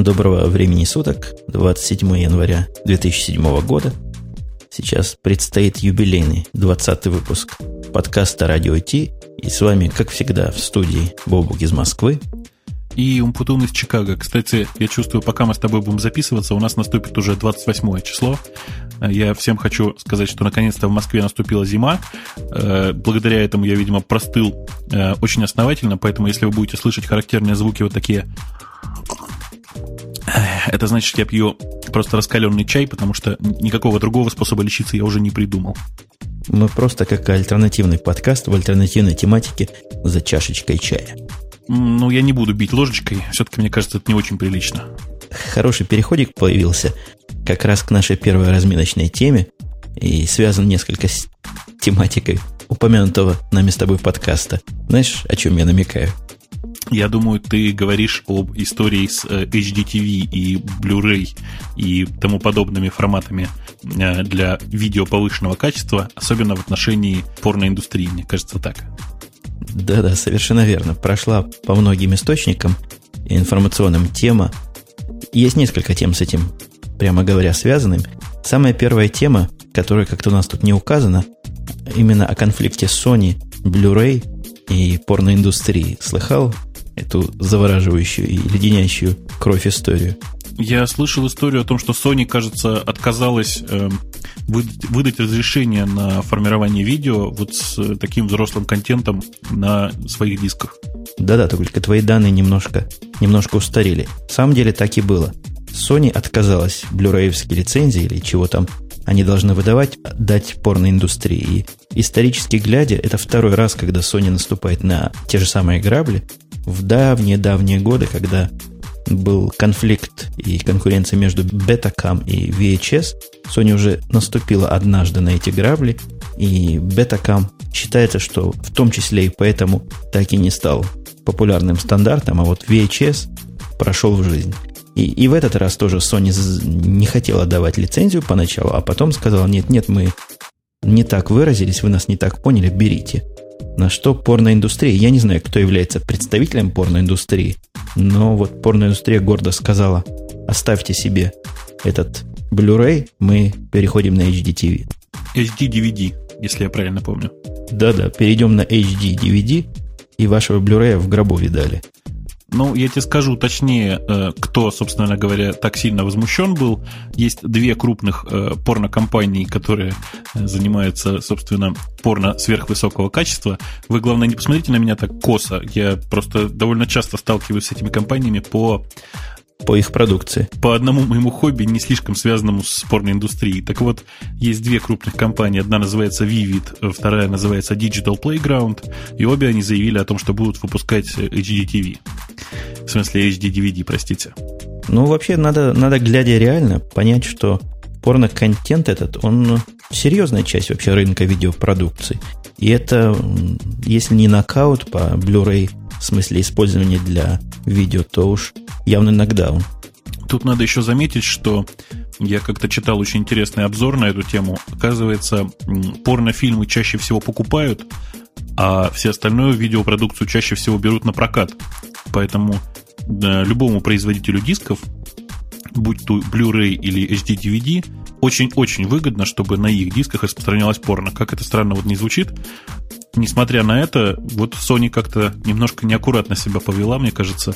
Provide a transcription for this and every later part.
Доброго времени суток, 27 января 2007 года. Сейчас предстоит юбилейный 20-й выпуск подкаста «Радио Ти». И с вами, как всегда, в студии Бобук из Москвы. И Умпутун из Чикаго. Кстати, я чувствую, пока мы с тобой будем записываться, у нас наступит уже 28 число. Я всем хочу сказать, что наконец-то в Москве наступила зима. Благодаря этому я, видимо, простыл очень основательно, поэтому если вы будете слышать характерные звуки вот такие, это значит, что я пью просто раскаленный чай, потому что никакого другого способа лечиться я уже не придумал. Мы просто как альтернативный подкаст в альтернативной тематике за чашечкой чая. Ну, я не буду бить ложечкой, все-таки, мне кажется, это не очень прилично. Хороший переходик появился как раз к нашей первой разминочной теме и связан несколько с тематикой упомянутого нами с тобой подкаста. Знаешь, о чем я намекаю? Я думаю, ты говоришь об истории с HDTV и Blu-ray и тому подобными форматами для видео повышенного качества, особенно в отношении порноиндустрии, мне кажется, так. Да-да, совершенно верно. Прошла по многим источникам и информационным тема. Есть несколько тем с этим, прямо говоря, связанными. Самая первая тема, которая как-то у нас тут не указана, именно о конфликте Sony, Blu-ray и порноиндустрии. Слыхал эту завораживающую и леденящую кровь историю? Я слышал историю о том, что Sony, кажется, отказалась выдать разрешение на формирование видео вот с таким взрослым контентом на своих дисках. Да-да, только твои данные немножко устарели. В самом деле так и было. Sony отказалась блюреевские лицензии или чего там они должны выдавать, дать порноиндустрии. И исторически глядя, это второй раз, когда Sony наступает на те же самые грабли. В давние-давние годы, когда был конфликт и конкуренция между Betacam и VHS, Sony уже наступила однажды на эти грабли, и Betacam считается, что в том числе и поэтому так и не стал популярным стандартом, а вот VHS прошел в жизнь. И в этот раз тоже Sony не хотела давать лицензию поначалу, а потом сказала, нет, мы не так выразились, вы нас не так поняли, берите. На что порноиндустрия, я не знаю, кто является представителем порноиндустрии, но вот порноиндустрия гордо сказала, оставьте себе этот Blu-ray, мы переходим на HD-TV. HD-DVD, если я правильно помню. Да-да, перейдем на HD-DVD, и вашего Blu-ray в гробу видали. Ну, я тебе скажу точнее, кто, собственно говоря, так сильно возмущен был. Есть две крупных порнокомпании, которые занимаются, собственно, порно сверхвысокого качества. Вы, главное, не посмотрите на меня так косо. Я просто довольно часто сталкиваюсь с этими компаниями по их продукции. По одному моему хобби, не слишком связанному с порноиндустрией. Так вот, есть две крупных компании. Одна называется Vivid, вторая называется Digital Playground. И обе они заявили о том, что будут выпускать HD-TV. В смысле HD-DVD, простите. Ну, вообще, надо, глядя реально, понять, что порно-контент этот, он серьезная часть вообще рынка видеопродукции. И это, если не нокаут по Blu-ray, в смысле использования для видео, то уж явно нокдаун. Тут надо еще заметить, что я как-то читал очень интересный обзор на эту тему. Оказывается, порнофильмы чаще всего покупают, а все остальную видеопродукцию чаще всего берут на прокат. Поэтому любому производителю дисков, будь то Blu-ray или HD-DVD, очень-очень выгодно, чтобы на их дисках распространялось порно. Как это странно вот не звучит. Несмотря на это, вот Sony как-то немножко неаккуратно себя повела, мне кажется.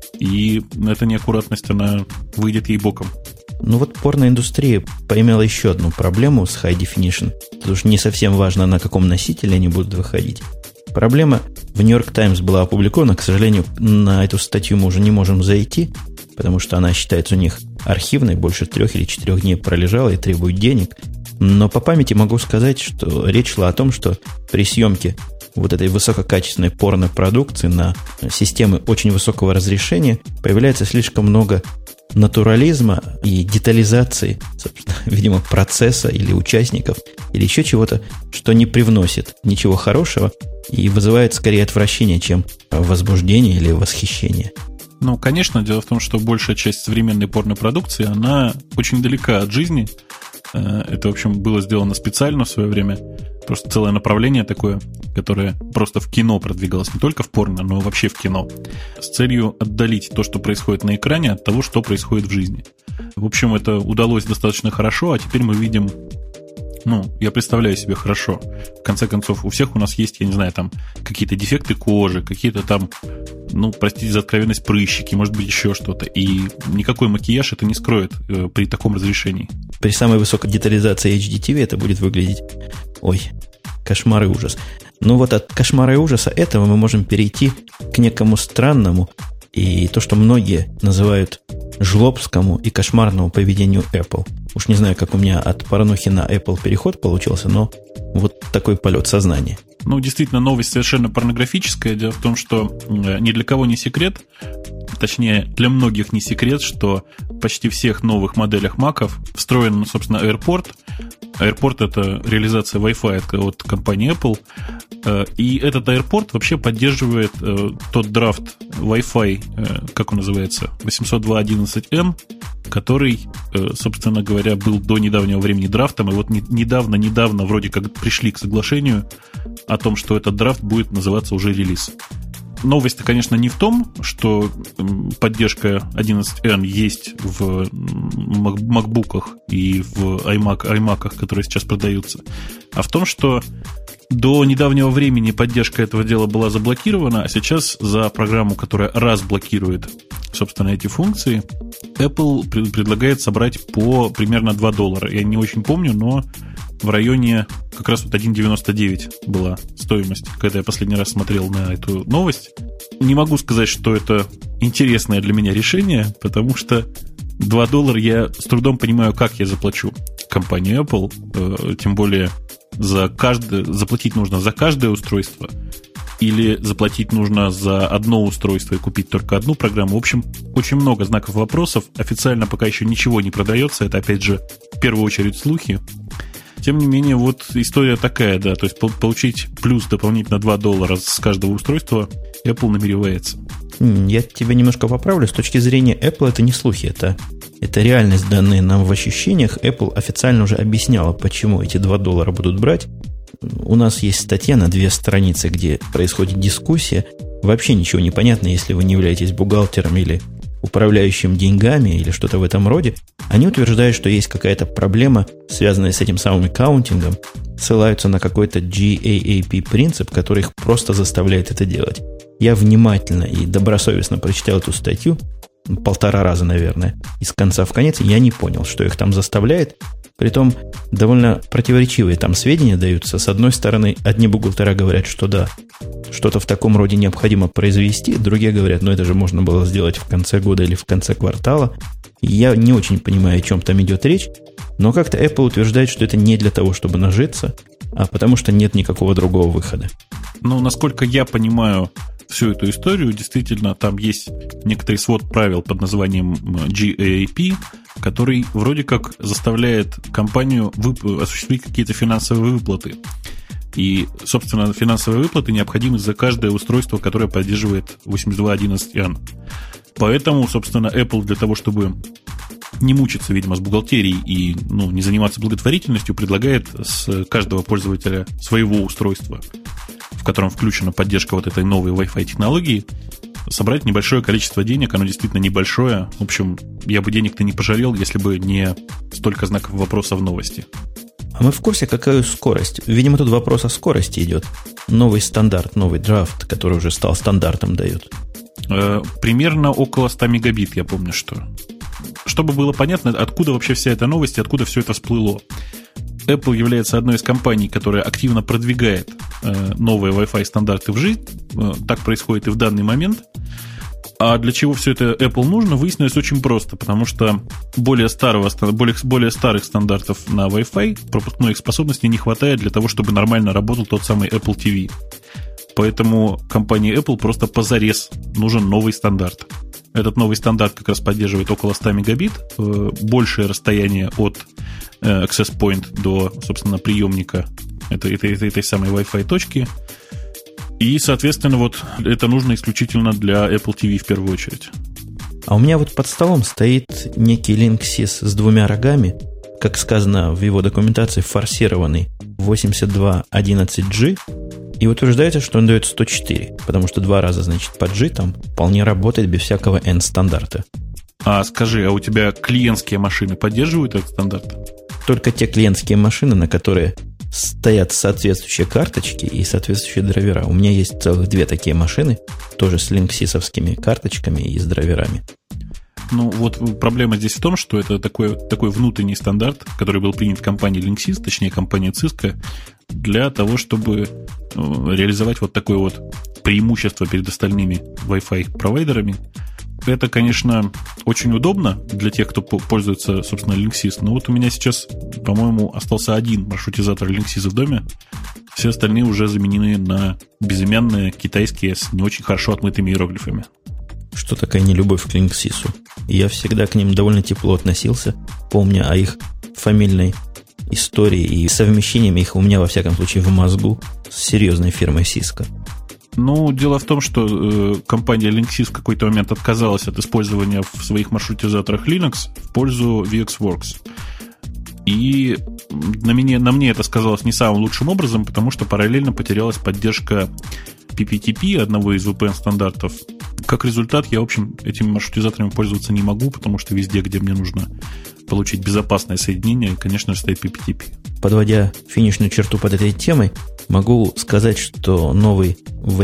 И эта неаккуратность, она выйдет ей боком. Ну вот порноиндустрия поимела еще одну проблему с High Definition. Потому что не совсем важно, на каком носителе они будут выходить. Проблема в New York Times была опубликована. К сожалению, на эту статью мы уже не можем зайти, потому что она считается у них архивной, больше 3 или 4 дней пролежала и требует денег. Но по памяти могу сказать, что речь шла о том, что при съемке вот этой высококачественной порнопродукции на системы очень высокого разрешения появляется слишком много натурализма и детализации, собственно, видимо, процесса или участников, или еще чего-то, что не привносит ничего хорошего и вызывает скорее отвращение, чем возбуждение или восхищение. Ну, конечно, дело в том, что большая часть современной порнопродукции, она очень далека от жизни. Это, в общем, было сделано специально в свое время. просто целое направление такое, которое просто в кино продвигалось, не только в порно, но вообще в кино, с целью отдалить то, что происходит на экране, от того, что происходит в жизни. В общем, это удалось достаточно хорошо, а теперь мы видим, я представляю себе хорошо. В конце концов, у всех у нас есть, я не знаю, там какие-то дефекты кожи, какие-то там, простите за откровенность, прыщики, может быть, еще что-то. И никакой макияж это не скроет при таком разрешении. При самой высокой детализации HDTV это будет выглядеть, кошмар и ужас. От кошмара и ужаса этого мы можем перейти к некому странному и то, что многие называют жлобскому и кошмарному поведению Apple. Уж не знаю, как у меня от порнухи на Apple переход получился, но вот такой полет сознания. Действительно, новость совершенно порнографическая. Дело в том, что ни для кого не секрет, точнее, для многих не секрет, что в почти всех новых моделях Mac'ов встроен, собственно, AirPort. AirPort – это реализация Wi-Fi от компании Apple. И этот AirPort вообще поддерживает тот драфт Wi-Fi, как он называется, 802.11n, который, собственно говоря, был до недавнего времени драфтом. И вот недавно вроде как пришли к соглашению о том, что этот драфт будет называться уже релиз. Новость-то, конечно, не в том, что поддержка 11N есть в MacBook'ах и в iMac'ах, которые сейчас продаются, а в том, что до недавнего времени поддержка этого дела была заблокирована, а сейчас за программу, которая разблокирует, собственно, эти функции, Apple предлагает собрать по примерно $2. Я не очень помню, но в районе как раз $1.99 была стоимость, когда я последний раз смотрел на эту новость. Не могу сказать, что это интересное для меня решение, потому что $2 я с трудом понимаю, как я заплачу компании Apple, тем более заплатить нужно за каждое устройство или заплатить нужно за одно устройство и купить только одну программу. В общем, очень много знаков вопросов. Официально пока еще ничего не продается. Это, опять же, в первую очередь слухи. Тем не менее, вот история такая, да, то есть получить плюс дополнительно $2 с каждого устройства Apple намеревается. Я тебя немножко поправлю. С точки зрения Apple это не слухи, это реальность, данные нам в ощущениях. Apple официально уже объясняла, почему эти $2 будут брать. У нас есть статья на 2 страницы, где происходит дискуссия. Вообще ничего не понятно, если вы не являетесь бухгалтером или управляющим деньгами или что-то в этом роде. Они утверждают, что есть какая-то проблема, связанная с этим самым аккаунтингом, ссылаются на какой-то GAAP принцип, который их просто заставляет это делать. Я внимательно и добросовестно прочитал эту статью, 1,5 раза, наверное, из конца в конец, и я не понял, что их там заставляет. Притом довольно противоречивые там сведения даются. С одной стороны, одни бухгалтера говорят, что да, что-то в таком роде необходимо произвести, другие говорят, это же можно было сделать в конце года или в конце квартала. Я не очень понимаю, о чем там идет речь, но как-то Apple утверждает, что это не для того, чтобы нажиться, а потому что нет никакого другого выхода. Насколько я понимаю всю эту историю, действительно, там есть некоторый свод правил под названием GAAP, который вроде как заставляет компанию осуществить какие-то финансовые выплаты. И, собственно, финансовые выплаты необходимы за каждое устройство, которое поддерживает 802.11n. Поэтому, собственно, Apple для того, чтобы не мучиться, видимо, с бухгалтерией и не заниматься благотворительностью, предлагает с каждого пользователя своего устройства, в котором включена поддержка вот этой новой Wi-Fi технологии, собрать небольшое количество денег. Оно действительно небольшое. В общем, я бы денег-то не пожалел, если бы не столько знаков вопроса в новости. А мы в курсе, какая скорость? Видимо, тут вопрос о скорости идет. Новый стандарт, новый драфт, который уже стал стандартом, дает. Примерно около 100 мегабит, я помню, что. Чтобы было понятно, откуда вообще вся эта новость и откуда все это всплыло. Apple является одной из компаний, которая активно продвигает новые Wi-Fi стандарты в жизнь. Так происходит и в данный момент. А для чего все это Apple нужно, выяснилось очень просто, потому что более старых стандартов на Wi-Fi пропускной их способности не хватает для того, чтобы нормально работал тот самый Apple TV. Поэтому компании Apple просто позарез нужен новый стандарт. Этот новый стандарт как раз поддерживает около 100 мегабит, большее расстояние от access point до, собственно, приемника этой самой Wi-Fi точки. И, соответственно, вот это нужно исключительно для Apple TV в первую очередь. А у меня вот под столом стоит некий Linksys с 2 рогами, как сказано в его документации, форсированный 8211G и утверждается, что он дает 104, потому что 2 раза, значит, по G там вполне работает без всякого N-стандарта. А скажи, а у тебя клиентские машины поддерживают этот стандарт? Только те клиентские машины, на которые стоят соответствующие карточки и соответствующие драйвера. У меня есть целых 2 такие машины, тоже с Linksys-овскими карточками и с драйверами. Ну, вот проблема здесь в том, что это такой внутренний стандарт, который был принят компанией Linksys, точнее, компанией Cisco, для того, чтобы реализовать вот такое вот преимущество перед остальными Wi-Fi провайдерами. Это, конечно, очень удобно для тех, кто пользуется, собственно, Linksys. Но вот у меня сейчас, по-моему, остался один маршрутизатор Linksys в доме. Все остальные уже заменены на безымянные китайские с не очень хорошо отмытыми иероглифами. Что такая нелюбовь к Linksys? Я всегда к ним довольно тепло относился, помня о их фамильной истории и совмещением их у меня, во всяком случае, в мозгу с серьезной фирмой Cisco. Ну, дело в том, что компания Linksys в какой-то момент отказалась от использования в своих маршрутизаторах Linux в пользу VxWorks. И на мне это сказалось не самым лучшим образом, потому что параллельно потерялась поддержка PPTP, одного из VPN-стандартов. Как результат, я, в общем, этими маршрутизаторами пользоваться не могу, потому что везде, где мне нужно получить безопасное соединение, конечно же, стоит PPTP. Подводя финишную черту под этой темой, могу сказать, что новый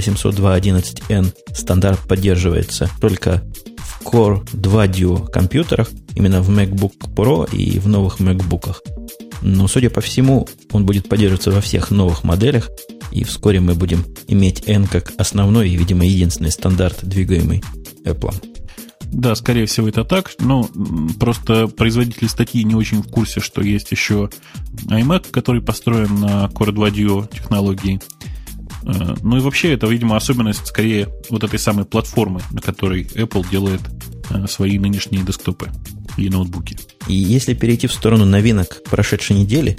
802.11n стандарт поддерживается только в Core 2 Duo компьютерах, именно в MacBook Pro и в новых MacBook'ах. Но, судя по всему, он будет поддерживаться во всех новых моделях, и вскоре мы будем иметь N как основной и, видимо, единственный стандарт, двигаемый Apple. Да, скорее всего, это так. Но просто производители статьи не очень в курсе, что есть еще iMac, который построен на Core 2 Duo технологии. Ну и вообще, это, видимо, особенность скорее вот этой самой платформы, на которой Apple делает свои нынешние десктопы и ноутбуки. И если перейти в сторону новинок прошедшей недели,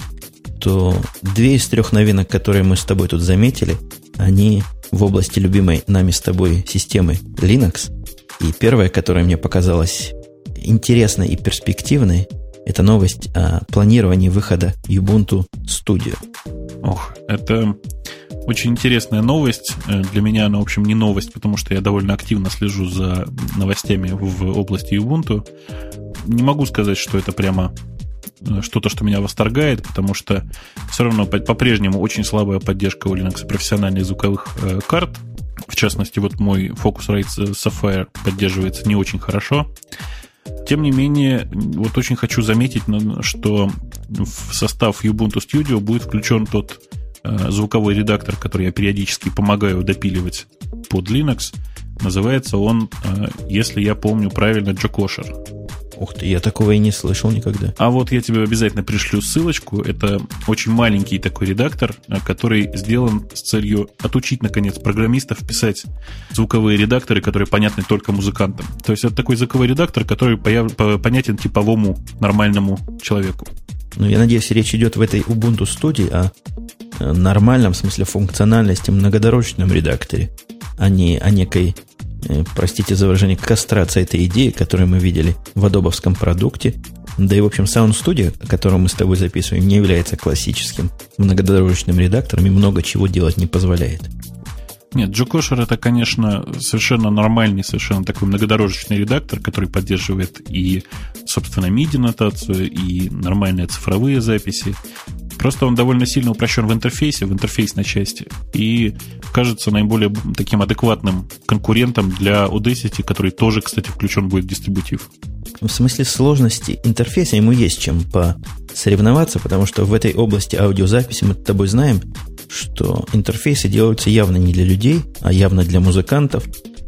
то 2 из 3 новинок, которые мы с тобой тут заметили, они в области любимой нами с тобой системы Linux. И первая, которая мне показалась интересной и перспективной, это новость о планировании выхода Ubuntu Studio. Ох, это очень интересная новость. Для меня она, в общем, не новость, потому что я довольно активно слежу за новостями в области Ubuntu. Не могу сказать, что это прямо что-то, что меня восторгает, потому что все равно по-прежнему очень слабая поддержка у Linux профессиональных звуковых карт. В частности, вот мой Focusrite Sapphire поддерживается не очень хорошо. Тем не менее, вот очень хочу заметить, что в состав Ubuntu Studio будет включен тот звуковой редактор, который я периодически помогаю допиливать под Linux. Называется он, если я помню правильно, Jokosher. Ух ты, я такого и не слышал никогда. А вот я тебе обязательно пришлю ссылочку. Это очень маленький такой редактор, который сделан с целью отучить, наконец, программистов писать звуковые редакторы, которые понятны только музыкантам. То есть это такой звуковой редактор, который понятен типовому нормальному человеку. Ну, я надеюсь, речь идет в этой Ubuntu Studio о нормальном, в смысле функциональности, многодорожном редакторе, а не о некой, простите за выражение, кастрации этой идеи, которую мы видели в адобовском продукте. Да и, в общем, Sound Studio, о котором мы с тобой записываем, не является классическим многодорожным редактором и много чего делать не позволяет. Нет, Jokosher это, конечно, совершенно нормальный, совершенно такой многодорожечный редактор, который поддерживает и, собственно, MIDI-нотацию, и нормальные цифровые записи. Просто он довольно сильно упрощен в интерфейсной части, и кажется наиболее таким адекватным конкурентом для Audacity, который тоже, кстати, включен будет в дистрибутив. В смысле сложности интерфейса ему есть чем посоревноваться, потому что в этой области аудиозаписи мы с тобой знаем, что интерфейсы делаются явно не для людей, а явно для музыкантов.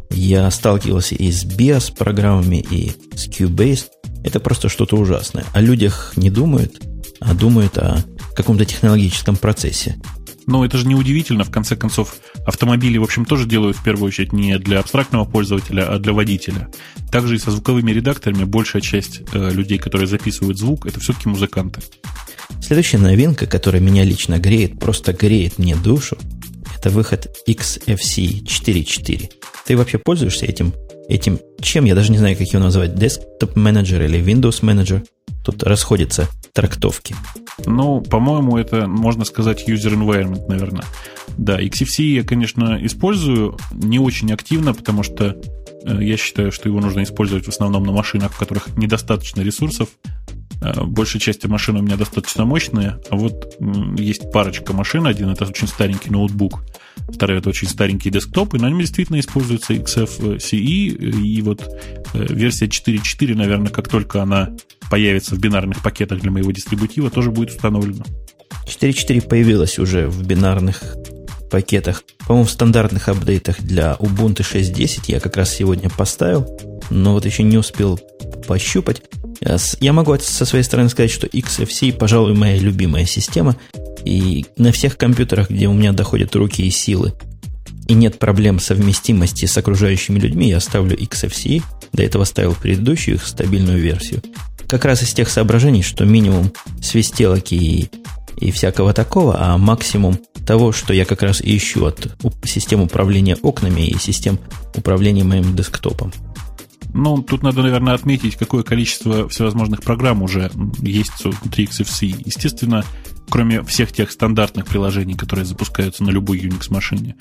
Я сталкивался и с BIOS-программами, и с Cubase. Это просто что-то ужасное. О людях не думают, а думают о каком-то технологическом процессе. Но это же не удивительно. В конце концов, автомобили, в общем, тоже делают в первую очередь не для абстрактного пользователя, а для водителя. Также и со звуковыми редакторами большая часть людей, которые записывают звук, это все-таки музыканты. Следующая новинка, которая меня лично греет, просто греет мне душу, это выход XFCE 4.4. Ты вообще пользуешься этим этим, чем, я даже не знаю, как его назвать, Desktop Manager или Windows Manager. Тут расходятся трактовки. Ну, по-моему, это, можно сказать, user environment, наверное. Да, XFCE я, конечно, использую не очень активно, потому что я считаю, что его нужно использовать в основном на машинах, в которых недостаточно ресурсов. Большая часть машин у меня достаточно мощная, а вот есть парочка машин. Один — это очень старенький ноутбук, второй — это очень старенький десктоп, и на нем действительно используется XFCE, и вот версия 4.4, наверное, как только она появится в бинарных пакетах для моего дистрибутива, тоже будет установлена. 4.4 появилась уже в бинарных пакетах. По-моему, в стандартных апдейтах для Ubuntu 6.10 я как раз сегодня поставил, но вот еще не успел пощупать. Я могу со своей стороны сказать, что XFCE, пожалуй, моя любимая система. И на всех компьютерах, где у меня доходят руки и силы, и нет проблем совместимости с окружающими людьми, я ставлю XFCE. До этого ставил предыдущую их стабильную версию. Как раз из тех соображений, что минимум свистелок и всякого такого, а максимум того, что я как раз и ищу от систем управления окнами и систем управления моим десктопом. Ну, тут надо, наверное, отметить, какое количество всевозможных программ уже есть внутри XFCE. Естественно, кроме всех тех стандартных приложений, которые запускаются на любой Unix-машине,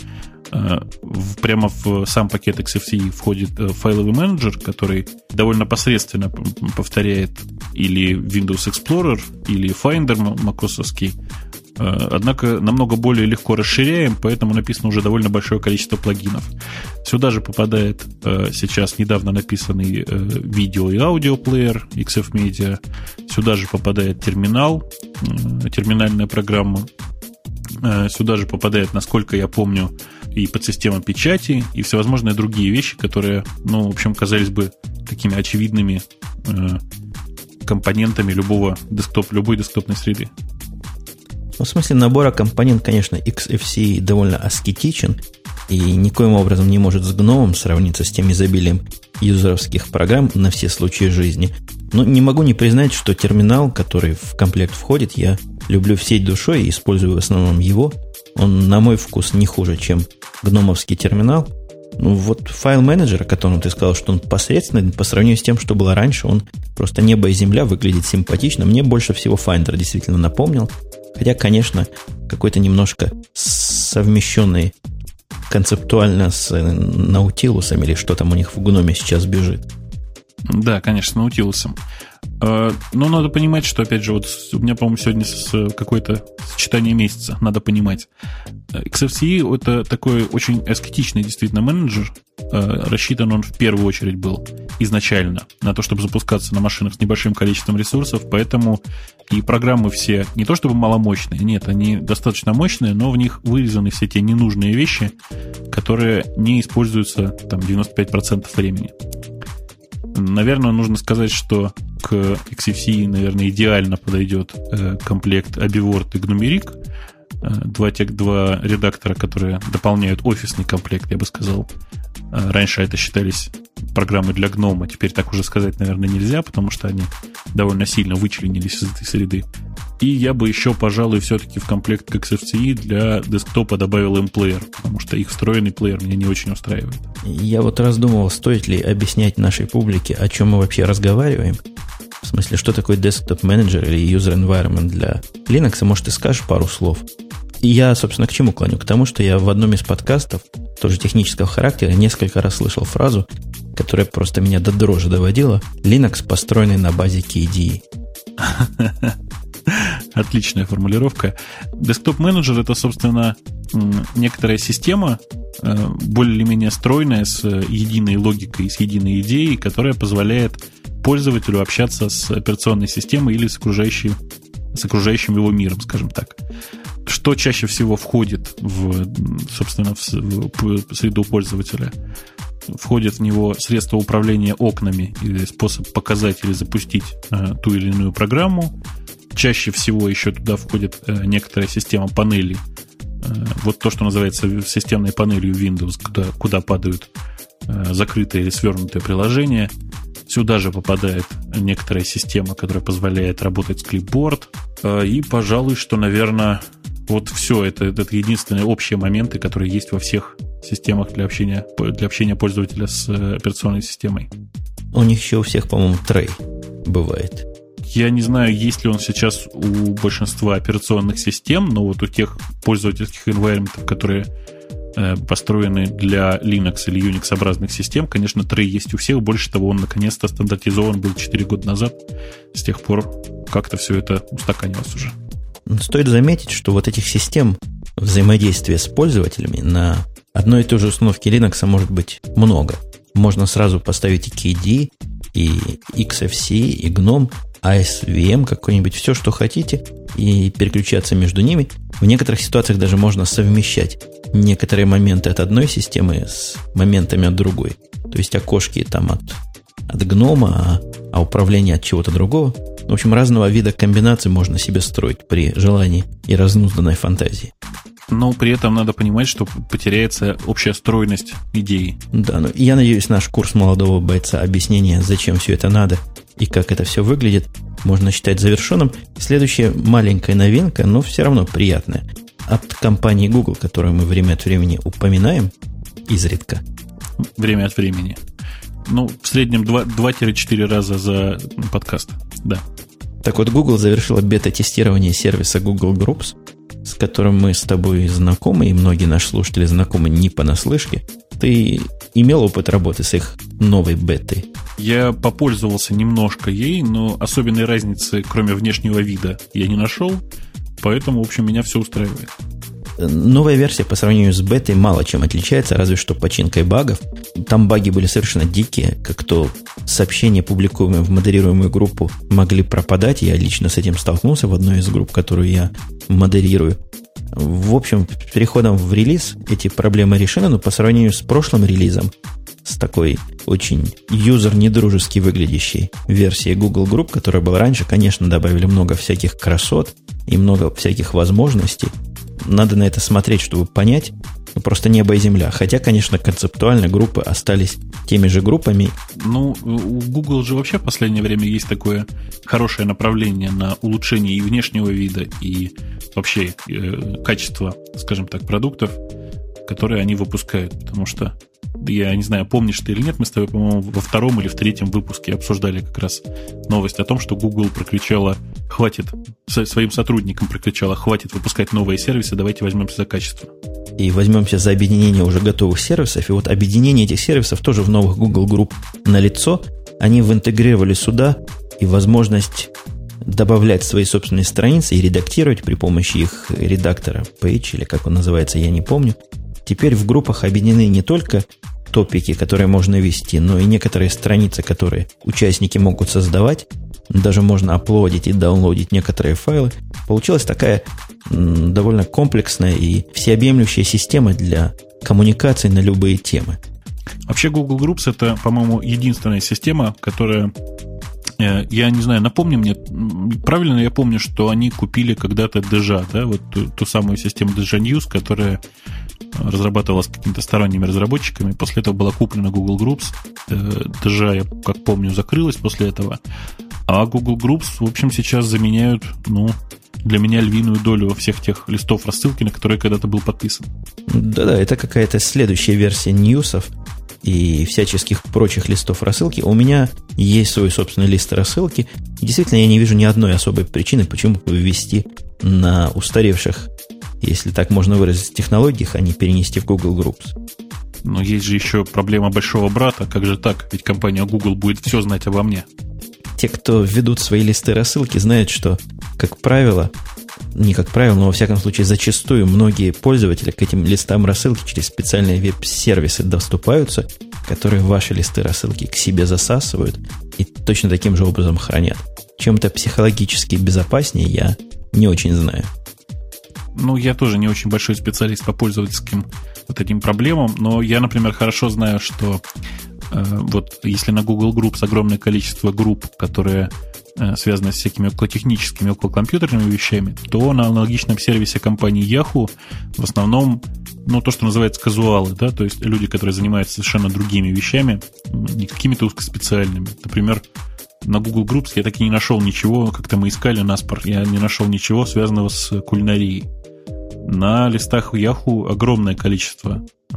прямо в сам пакет XFCE входит файловый менеджер, который довольно посредственно повторяет или Windows Explorer, или Finder macOS-овский. Однако намного более легко расширяем, поэтому написано уже довольно большое количество плагинов. Сюда же попадает сейчас недавно написанный видео и аудиоплеер XFmedia. Сюда же попадает терминал, терминальная программа. Сюда же попадает, насколько я помню, и подсистема печати, и всевозможные другие вещи, которые, ну, в общем, казались бы такими очевидными компонентами любой десктопной среды. Ну, в смысле набора компонент, конечно, XFCE довольно аскетичен и никоим образом не может с гномом сравниться с тем изобилием юзеровских программ на все случаи жизни. Но не могу не признать, что терминал, который в комплект входит, я люблю всей душой и использую в основном его. Он, на мой вкус, не хуже, чем гномовский терминал. Ну, вот файл-менеджер, о котором ты сказал, что он посредственный, по сравнению с тем, что было раньше, он просто небо и земля, выглядит симпатично. Мне больше всего Finder действительно напомнил. Хотя, конечно, какой-то немножко совмещенный концептуально с Наутилусом или что там у них в гноме сейчас бежит. Да, конечно, с Наутилусом. Но надо понимать, что, опять же, вот у меня, по-моему, сегодня какое-то сочетание месяца, надо понимать. XFCE — это такой очень аскетичный действительно менеджер. Рассчитан он в первую очередь был изначально на то, чтобы запускаться на машинах с небольшим количеством ресурсов, поэтому и программы все не то чтобы маломощные, нет, они достаточно мощные, но в них вырезаны все те ненужные вещи, которые не используются там 95% времени. Наверное, нужно сказать, что к XFCE, наверное, идеально подойдет комплект AbiWord и Gnumeric. Два редактора, которые дополняют офисный комплект, я бы сказал. Раньше это считались программы для гнома, теперь так уже сказать, наверное, нельзя, потому что они довольно сильно вычленились из этой среды. И я бы еще, пожалуй, все-таки в комплект к XFCE для десктопа добавил M-плеер, потому что их встроенный плеер меня не очень устраивает. Я вот раздумывал, стоит ли объяснять нашей публике, о чем мы вообще разговариваем. В смысле, что такое Desktop Manager или User Environment для Linux? Может, ты скажешь пару слов? И я, собственно, к чему клоню? К тому, что я в одном из подкастов, тоже технического характера, несколько раз слышал фразу, которая просто меня до дрожи доводила. Linux, построенный на базе KDE. Отличная формулировка. Desktop Manager — это, собственно, некоторая система, более-менее стройная, с единой логикой, с единой идеей, которая позволяет пользователю общаться с операционной системой или с окружающим его миром, скажем так. Что чаще всего входит собственно, в среду пользователя? Входит в него средства управления окнами или способ показать или запустить ту или иную программу. Чаще всего еще туда входит некоторая система панелей. Вот то, что называется системной панелью Windows, куда падают закрытые или свернутые приложения. Сюда же попадает некоторая система, которая позволяет работать с клипборд. И, пожалуй, что, наверное, вот все это единственные общие моменты, которые есть во всех системах для общения пользователя с операционной системой. У них еще у всех, по-моему, Tray бывает. Я не знаю, есть ли он сейчас у большинства операционных систем, но вот у тех пользовательских environment, которые построены для Linux или Unix-образных систем, конечно, Tray есть у всех. Больше того, он наконец-то стандартизован был 4 года назад. С тех пор как-то все это устаканилось уже. Стоит заметить, что вот этих систем взаимодействия с пользователями на одной и той же установке Linux может быть много. Можно сразу поставить и KDE, и XFCE, и GNOME, ASVM какой-нибудь, все, что хотите, и переключаться между ними. В некоторых ситуациях даже можно совмещать некоторые моменты от одной системы с моментами от другой. То есть окошки там от GNOME, а управление от чего-то другого. В общем, разного вида комбинаций можно себе строить при желании и разнузданной фантазии. Но при этом надо понимать, что потеряется общая стройность идеи. Да, ну я надеюсь, наш курс молодого бойца объяснения, зачем все это надо и как это все выглядит, можно считать завершенным. Следующая маленькая новинка, но все равно приятная. От компании Google, которую мы время от времени упоминаем, изредка. Время от времени. Ну, в среднем 2-4 раза за подкаст, да. Так вот, Google завершила бета-тестирование сервиса Google Groups, с которым мы с тобой знакомы, и многие наши слушатели знакомы не понаслышке. Ты имел опыт работы с их новой бетой? Я попользовался немножко ей, но особенной разницы, кроме внешнего вида, я не нашел, поэтому, в общем, меня все устраивает. Новая версия по сравнению с бетой мало чем отличается, разве что починкой багов. Там баги были совершенно дикие, как то сообщения, публикуемые в модерируемую группу, могли пропадать. Я лично с этим столкнулся в одной из групп, которую я модерирую. В общем, с переходом в релиз эти проблемы решены, но по сравнению с прошлым релизом, с такой очень юзер-недружески выглядящей версией Google Group, которая была раньше, конечно, добавили много всяких красот и много всяких возможностей. Надо на это смотреть, чтобы понять. Просто небо и земля. Хотя, конечно, концептуально группы остались теми же группами. Ну, у Google же вообще в последнее время есть такое хорошее направление на улучшение и внешнего вида, и вообще качества, скажем так, продуктов, которые они выпускают. Потому что, я не знаю, помнишь ты или нет, мы с тобой, по-моему, во 2-м или в 3-м выпуске обсуждали как раз новость о том, что Google прокричала, хватит, своим сотрудникам прокричала, хватит выпускать новые сервисы, давайте возьмемся за качество. И возьмемся за объединение уже готовых сервисов. И вот объединение этих сервисов тоже в новых Google Group налицо. Они интегрировали сюда и возможность добавлять свои собственные страницы и редактировать при помощи их редактора Page, или как он называется, я не помню. Теперь в группах объединены не только топики, которые можно вести, но и некоторые страницы, которые участники могут создавать. Даже можно аплодить и даунлодить некоторые файлы. Получилась такая довольно комплексная и всеобъемлющая система для коммуникации на любые темы. Вообще Google Groups — это, по-моему, единственная система, которая... Я не знаю, напомни мне, правильно я помню, что они купили когда-то Deja, да, вот ту самую систему Deja News, которая разрабатывалась какими-то сторонними разработчиками, после этого была куплена Google Groups. Deja, я как помню, закрылась после этого, а Google Groups, в общем, сейчас заменяют, для меня львиную долю всех тех листов рассылки, на которые когда-то был подписан. Да-да, это какая-то следующая версия ньюсов и всяческих прочих листов рассылки. У меня есть свой собственный лист рассылки. И действительно, я не вижу ни одной особой причины, почему ввести на устаревших, если так можно выразить, технологиях, а не перенести в Google Groups. Но есть же еще проблема большого брата. Как же так? Ведь компания Google будет все знать обо мне. Те, кто ведут свои листы рассылки, знают, что, как правило, не как правило, но во всяком случае зачастую многие пользователи к этим листам рассылки через специальные веб-сервисы доступаются, которые ваши листы рассылки к себе засасывают и точно таким же образом хранят. Чем-то психологически безопаснее я не очень знаю. Я тоже не очень большой специалист по пользовательским вот этим проблемам, но я, например, хорошо знаю, что вот если на Google Groups огромное количество групп, которые связаны с всякими околотехническими, околокомпьютерными вещами, то на аналогичном сервисе компании Yahoo в основном, то, что называется казуалы, да, то есть люди, которые занимаются совершенно другими вещами, не какими-то узкоспециальными. Например, на Google Groups я так и не нашел ничего, как-то мы искали наспор, я не нашел ничего, связанного с кулинарией. На листах Yahoo огромное количество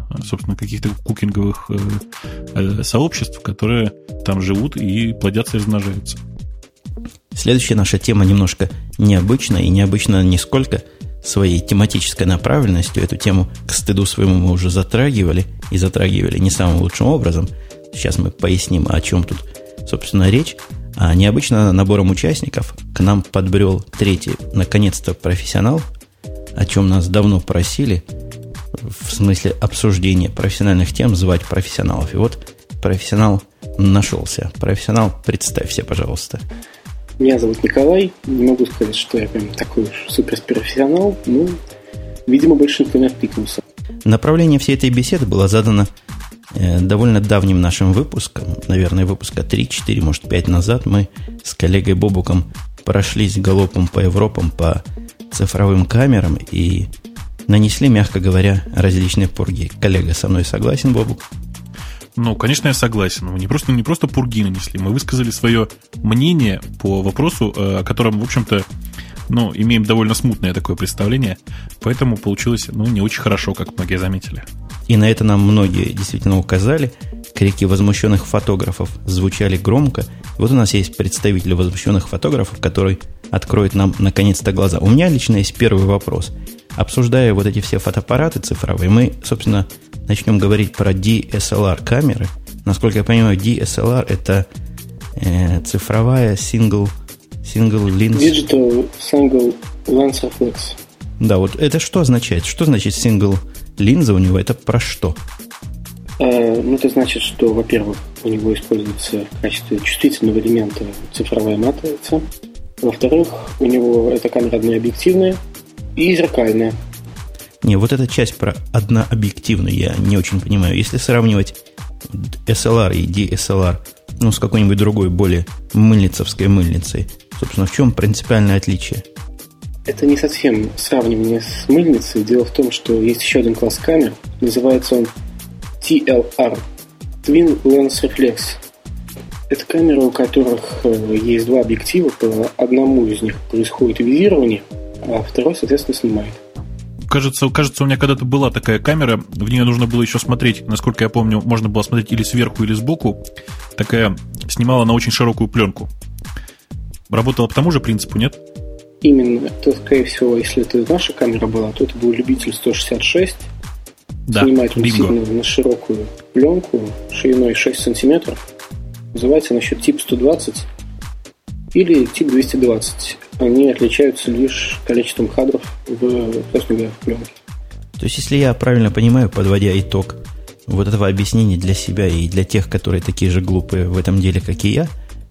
собственно, каких-то кукинговых сообществ, которые там живут и плодятся и размножаются. Следующая наша тема немножко необычная, и необычна не сколько своей тематической направленностью. Эту тему, к стыду своему, мы уже затрагивали, и затрагивали не самым лучшим образом. Сейчас мы поясним, о чем тут, собственно, речь. А необычно набором участников к нам подбрел третий, наконец-то, профессионал, о чем нас давно просили, в смысле обсуждения профессиональных тем, звать профессионалов. И вот профессионал нашелся. Профессионал, представься, пожалуйста. Меня зовут Николай. Не могу сказать, что я прям такой уж суперпрофессионал, но, видимо, больше никто не откликнулся. Направление всей этой беседы было задано довольно давним нашим выпуском. Наверное, выпуска 3-4, может, 5 назад мы с коллегой Бобуком прошлись галопом по Европам, по цифровым камерам и нанесли, мягко говоря, различные пурги. Коллега со мной согласен, Бобук? Ну, конечно, я согласен. Мы не просто пурги нанесли, мы высказали свое мнение по вопросу, о котором, в общем-то, имеем довольно смутное такое представление, поэтому получилось, не очень хорошо, как многие заметили. И на это нам многие действительно указали. Крики возмущенных фотографов звучали громко. Вот у нас есть представитель возмущенных фотографов, который откроет нам наконец-то глаза. У меня лично есть первый вопрос. Обсуждая вот эти все фотоаппараты цифровые, мы, собственно, начнем говорить про DSLR-камеры. Насколько я понимаю, DSLR – это цифровая single lens... Digital Single Lens Reflex. Да, вот это что означает? Что значит single линза у него? Это про что? Это значит, что, во-первых, у него используется в качестве чувствительного элемента цифровая матрица. Во-вторых, у него эта камера однообъективная и зеркальная. Не, вот эта часть про однообъективную я не очень понимаю. Если сравнивать SLR и DSLR, с какой-нибудь другой, более мыльницевской мыльницей, собственно, в чем принципиальное отличие? Это не совсем сравнивание с мыльницей. Дело в том, что есть еще один класс камер. Называется он TLR – Twin Lens Reflex. Это камеры, у которых есть два объектива. По одному из них происходит визирование, а второй, соответственно, снимает. Кажется, у меня когда-то была такая камера. В нее нужно было еще смотреть. Насколько я помню, можно было смотреть или сверху, или сбоку. Такая снимала на очень широкую пленку. Работала по тому же принципу, нет? Именно. То, скорее всего, если это наша камера была, то это был любитель 166. Да, снимает он действительно на широкую пленку шириной 6 сантиметров. Называется она еще тип 120 или тип 220. Они отличаются лишь количеством кадров в пленке. То есть, если я правильно понимаю, подводя итог вот этого объяснения для себя и для тех, которые такие же глупые в этом деле, как и я,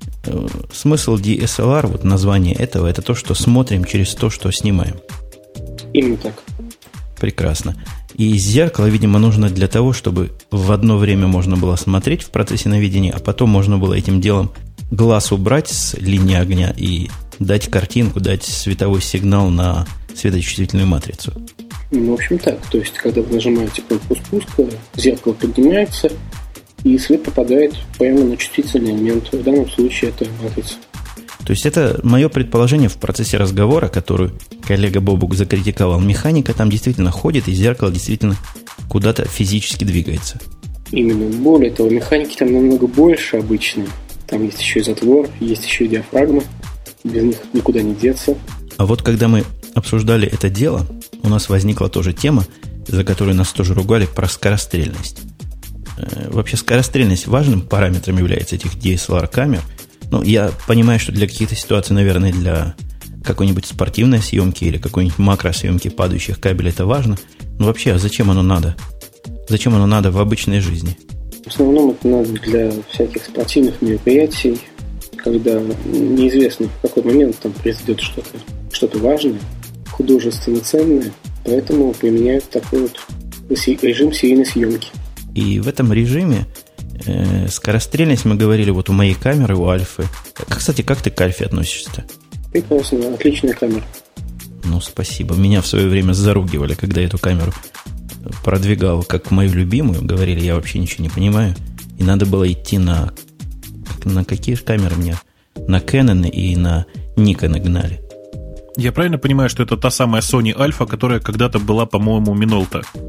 смысл DSLR, вот название этого, это то, что смотрим через то, что снимаем. Именно так. Прекрасно. И зеркало, видимо, нужно для того, чтобы в одно время можно было смотреть в процессе наведения, а потом можно было этим делом глаз убрать с линии огня и дать картинку, дать световой сигнал на светочувствительную матрицу. В общем так. То есть, когда вы нажимаете кнопку спуска, зеркало поднимается, и свет попадает прямо на чувствительный элемент. В данном случае это матрица. То есть это мое предположение в процессе разговора, который коллега Бобук закритиковал. Механика там действительно ходит, и зеркало действительно куда-то физически двигается. Именно. Более того, механики там намного больше обычной. Там есть еще и затвор, есть еще и диафрагма. Без них никуда не деться. А вот когда мы обсуждали это дело, у нас возникла тоже тема, за которую нас тоже ругали, про скорострельность. Вообще скорострельность важным параметром является этих DSLR-камер. Я понимаю, что для каких-то ситуаций, наверное, для какой-нибудь спортивной съемки или какой-нибудь макросъемки падающих кабелей это важно. Но вообще, а зачем оно надо? Зачем оно надо в обычной жизни? В основном это надо для всяких спортивных мероприятий, когда неизвестно, в какой момент там произойдет что-то важное, художественно ценное. Поэтому применяют такой вот режим серийной съемки. И в этом режиме скорострельность, мы говорили, вот у моей камеры, у Альфы. Кстати, как ты к Альфе относишься-то? Прекрасно, отличная камера. Спасибо. Меня в свое время заругивали, когда эту камеру продвигал как мою любимую. Говорили, я вообще ничего не понимаю. И надо было идти на какие же камеры меня? На Canon и на Nikon гнали. Я правильно понимаю, что это та самая Sony Alpha, которая когда-то была, по-моему, Minolta?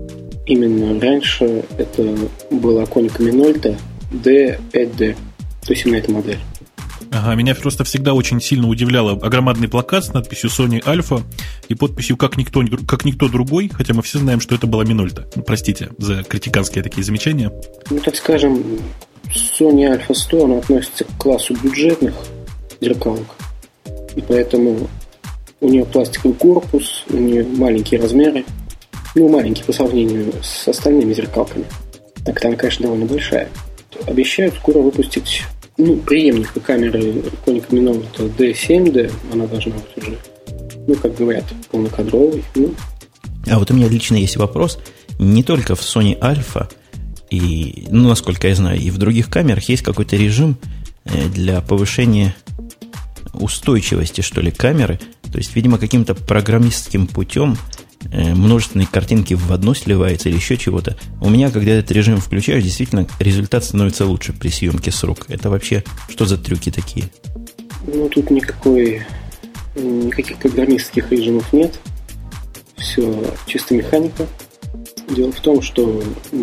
Именно раньше это было Konica Minolta D5D, то есть именно эта модель. Ага, меня просто всегда очень сильно удивляло огромадный плакат с надписью Sony Alpha и подписью как никто другой, хотя мы все знаем, что это была Minolta. Простите за критиканские такие замечания. Ну, так скажем, Sony Alpha 100, она относится к классу бюджетных зеркалок, и поэтому у нее пластиковый корпус, у нее маленькие размеры, ну, маленькие по сравнению с остальными зеркалками. Так она, конечно, довольно большая. Обещают скоро выпустить преемника камеры Konica Minolta D7D, она должна быть уже, как говорят, полнокадровой. А вот у меня лично есть вопрос. Не только в Sony Alpha, и, насколько я знаю, и в других камерах есть какой-то режим для повышения устойчивости, что ли, камеры. То есть, видимо, каким-то программистским путем множественные картинки в одно сливаются или еще чего-то. У меня, когда этот режим включаешь, действительно результат становится лучше при съемке с рук. Это вообще что за трюки такие? Тут никаких программистских режимов нет. Все чисто механика. Дело в том, что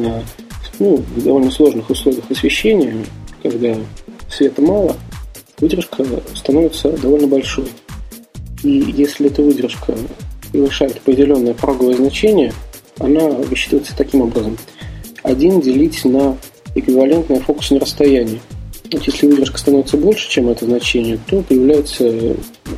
в довольно сложных условиях освещения, когда света мало, выдержка становится довольно большой. И если эта выдержка превышает определенное пороговое значение, она высчитывается таким образом. 1 делить на эквивалентное фокусное расстояние. Если выдержка становится больше, чем это значение, то появляется,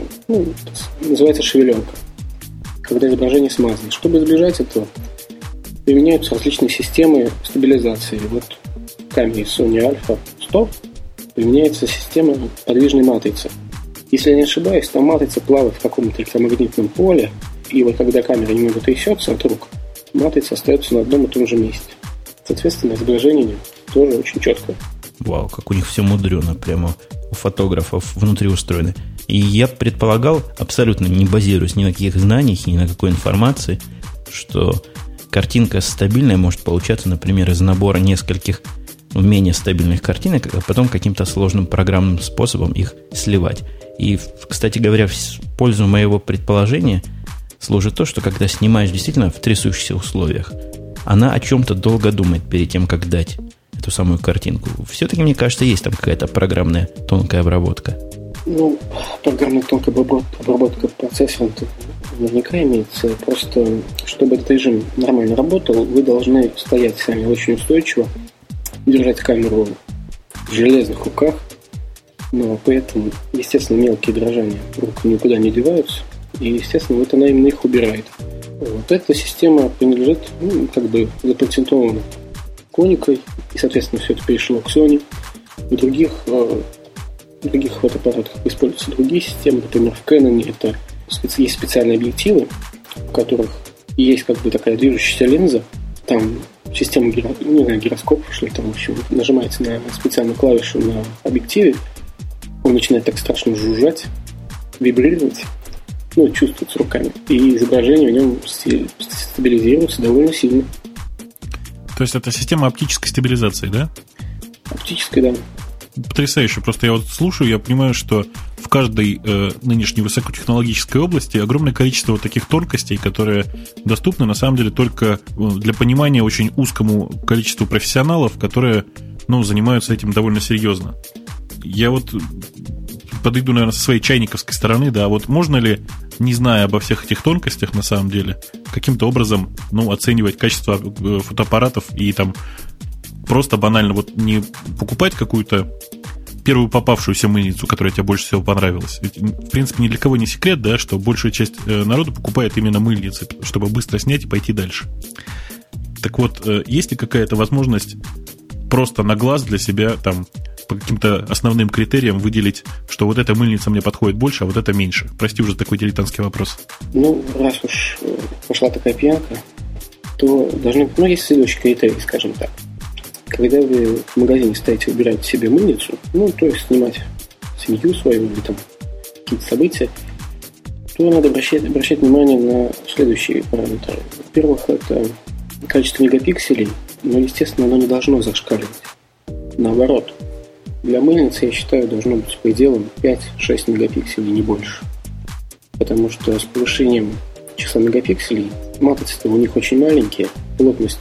называется шевеленка, когда изображение смазано. Чтобы избежать этого, применяются различные системы стабилизации. Вот в камере Sony Alpha 100 применяется система подвижной матрицы. Если я не ошибаюсь, там матрица плавает в каком-то электромагнитном поле, и вот когда камера немного трясется от рук, матрица остается на одном и том же месте. Соответственно, изображение тоже очень четкое. Вау, как у них все мудрено, прямо у фотографов внутри устроено. И я предполагал, абсолютно не базируясь ни на каких знаниях, ни на какой информации, что картинка стабильная может получаться, например, из набора нескольких менее стабильных картинок, а потом каким-то сложным программным способом их сливать. И, кстати говоря, в пользу моего предположения служит то, что когда снимаешь действительно в трясущихся условиях, она о чем-то долго думает перед тем, как дать эту самую картинку. Все-таки, мне кажется, есть там какая-то программная тонкая обработка. Программная тонкая обработка процессора наверняка имеется. Просто, чтобы этот режим нормально работал, вы должны стоять сами очень устойчиво, держать камеру в железных руках, но при этом, естественно, мелкие дрожания рук никуда не деваются, и, естественно, вот она именно их убирает. Вот эта система принадлежит, запатентована Коникой, и, соответственно, все это перешло к Sony. В других фотоаппаратах используются другие системы, например, в Canon это есть специальные объективы, в которых есть такая движущаяся линза, там система гироскопа, что ли, там, в общем, нажимаете на специальную клавишу на объективе, он начинает так страшно жужжать, вибрировать, чувствуется руками, и изображение в нем стабилизируется довольно сильно. То есть это система оптической стабилизации, да? Оптической, да. Потрясающе. Просто я вот слушаю, я понимаю, что в каждой нынешней высокотехнологической области огромное количество вот таких тонкостей, которые доступны на самом деле только для понимания очень узкому количеству профессионалов, которые занимаются этим довольно серьезно. Я вот подойду, наверное, со своей чайниковской стороны, да, вот можно ли, не зная обо всех этих тонкостях на самом деле, каким-то образом оценивать качество фотоаппаратов и там просто банально не покупать какую-то первую попавшуюся мыльницу, которая тебе больше всего понравилась. Ведь, в принципе, ни для кого не секрет, да, что большая часть народу покупает именно мыльницы, чтобы быстро снять и пойти дальше. Так вот, есть ли какая-то возможность просто на глаз для себя там по каким-то основным критериям выделить, что вот эта мыльница мне подходит больше, а вот эта меньше? Прости уже такой дилетантский вопрос. Раз уж пошла такая пьянка, то должны быть, есть следующие критерии, скажем так. Когда вы в магазине стоите, выбираете себе мыльницу, то есть снимать семью свою или там какие-то события, то надо обращать внимание на следующие параметры. Во-первых, это количество мегапикселей, но, естественно, оно не должно зашкаливать. Наоборот, для мыльницы, я считаю, должно быть пределом 5-6 мегапикселей, не больше. Потому что с повышением числа мегапикселей матрицы у них очень маленькие, плотность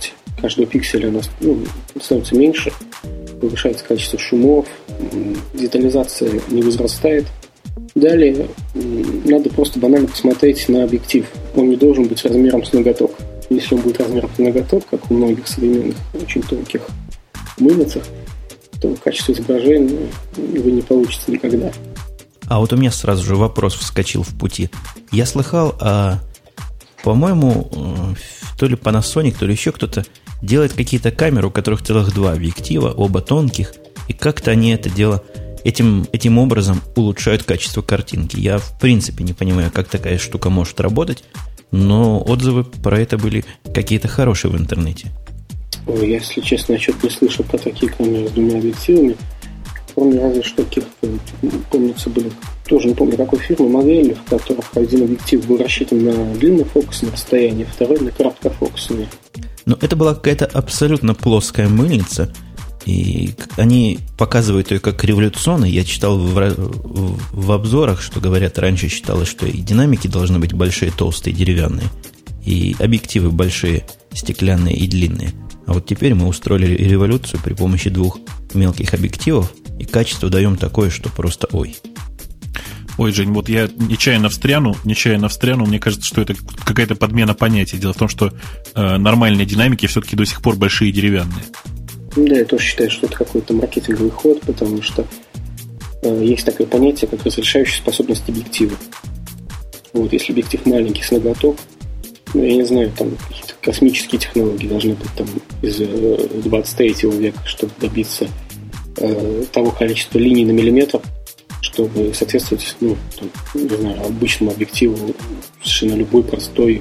каждого пикселя она становится меньше, повышается количество шумов, детализация не возрастает. Далее надо просто банально посмотреть на объектив. Он не должен быть размером с ноготок. Если он будет размером с ноготок, как у многих современных очень тонких мыльницах, то качество изображения вы не получите никогда. А вот у меня сразу же вопрос вскочил в пути. Я слыхал, по-моему, то ли Panasonic, то ли еще кто-то делает какие-то камеры, у которых целых два объектива, оба тонких, и как-то они это дело этим образом улучшают качество картинки. Я в принципе не понимаю, как такая штука может работать, но отзывы про это были какие-то хорошие в интернете. Ой, я, если честно, что-то не слышал про такие камеры с двумя объективами. Кроме разве что каких-то, помнится, были, тоже не помню какой фирмы, модели, в которых один объектив был рассчитан на длиннофокусное расстояние, второй на короткофокусное. Но это была какая-то абсолютно плоская мыльница, и они показывают ее как революционной. Я читал в обзорах, что говорят, раньше считалось, что и динамики должны быть большие, толстые, деревянные, и объективы большие, стеклянные и длинные. А вот теперь мы устроили революцию при помощи двух мелких объективов, и качество даем такое, что просто ой. Ой, Жень, вот я нечаянно встряну, мне кажется, что это какая-то подмена понятия. Дело в том, что нормальные динамики все-таки до сих пор большие и деревянные. Да, я тоже считаю, что это какой-то маркетинговый ход, потому что есть такое понятие, как разрешающая способность объектива. Вот, если объектив маленький с ноготок, я не знаю, там какие-то космические технологии должны быть там из 23 века, чтобы добиться того количества линий на миллиметр, чтобы соответствовать, не знаю, обычному объективу совершенно любой простой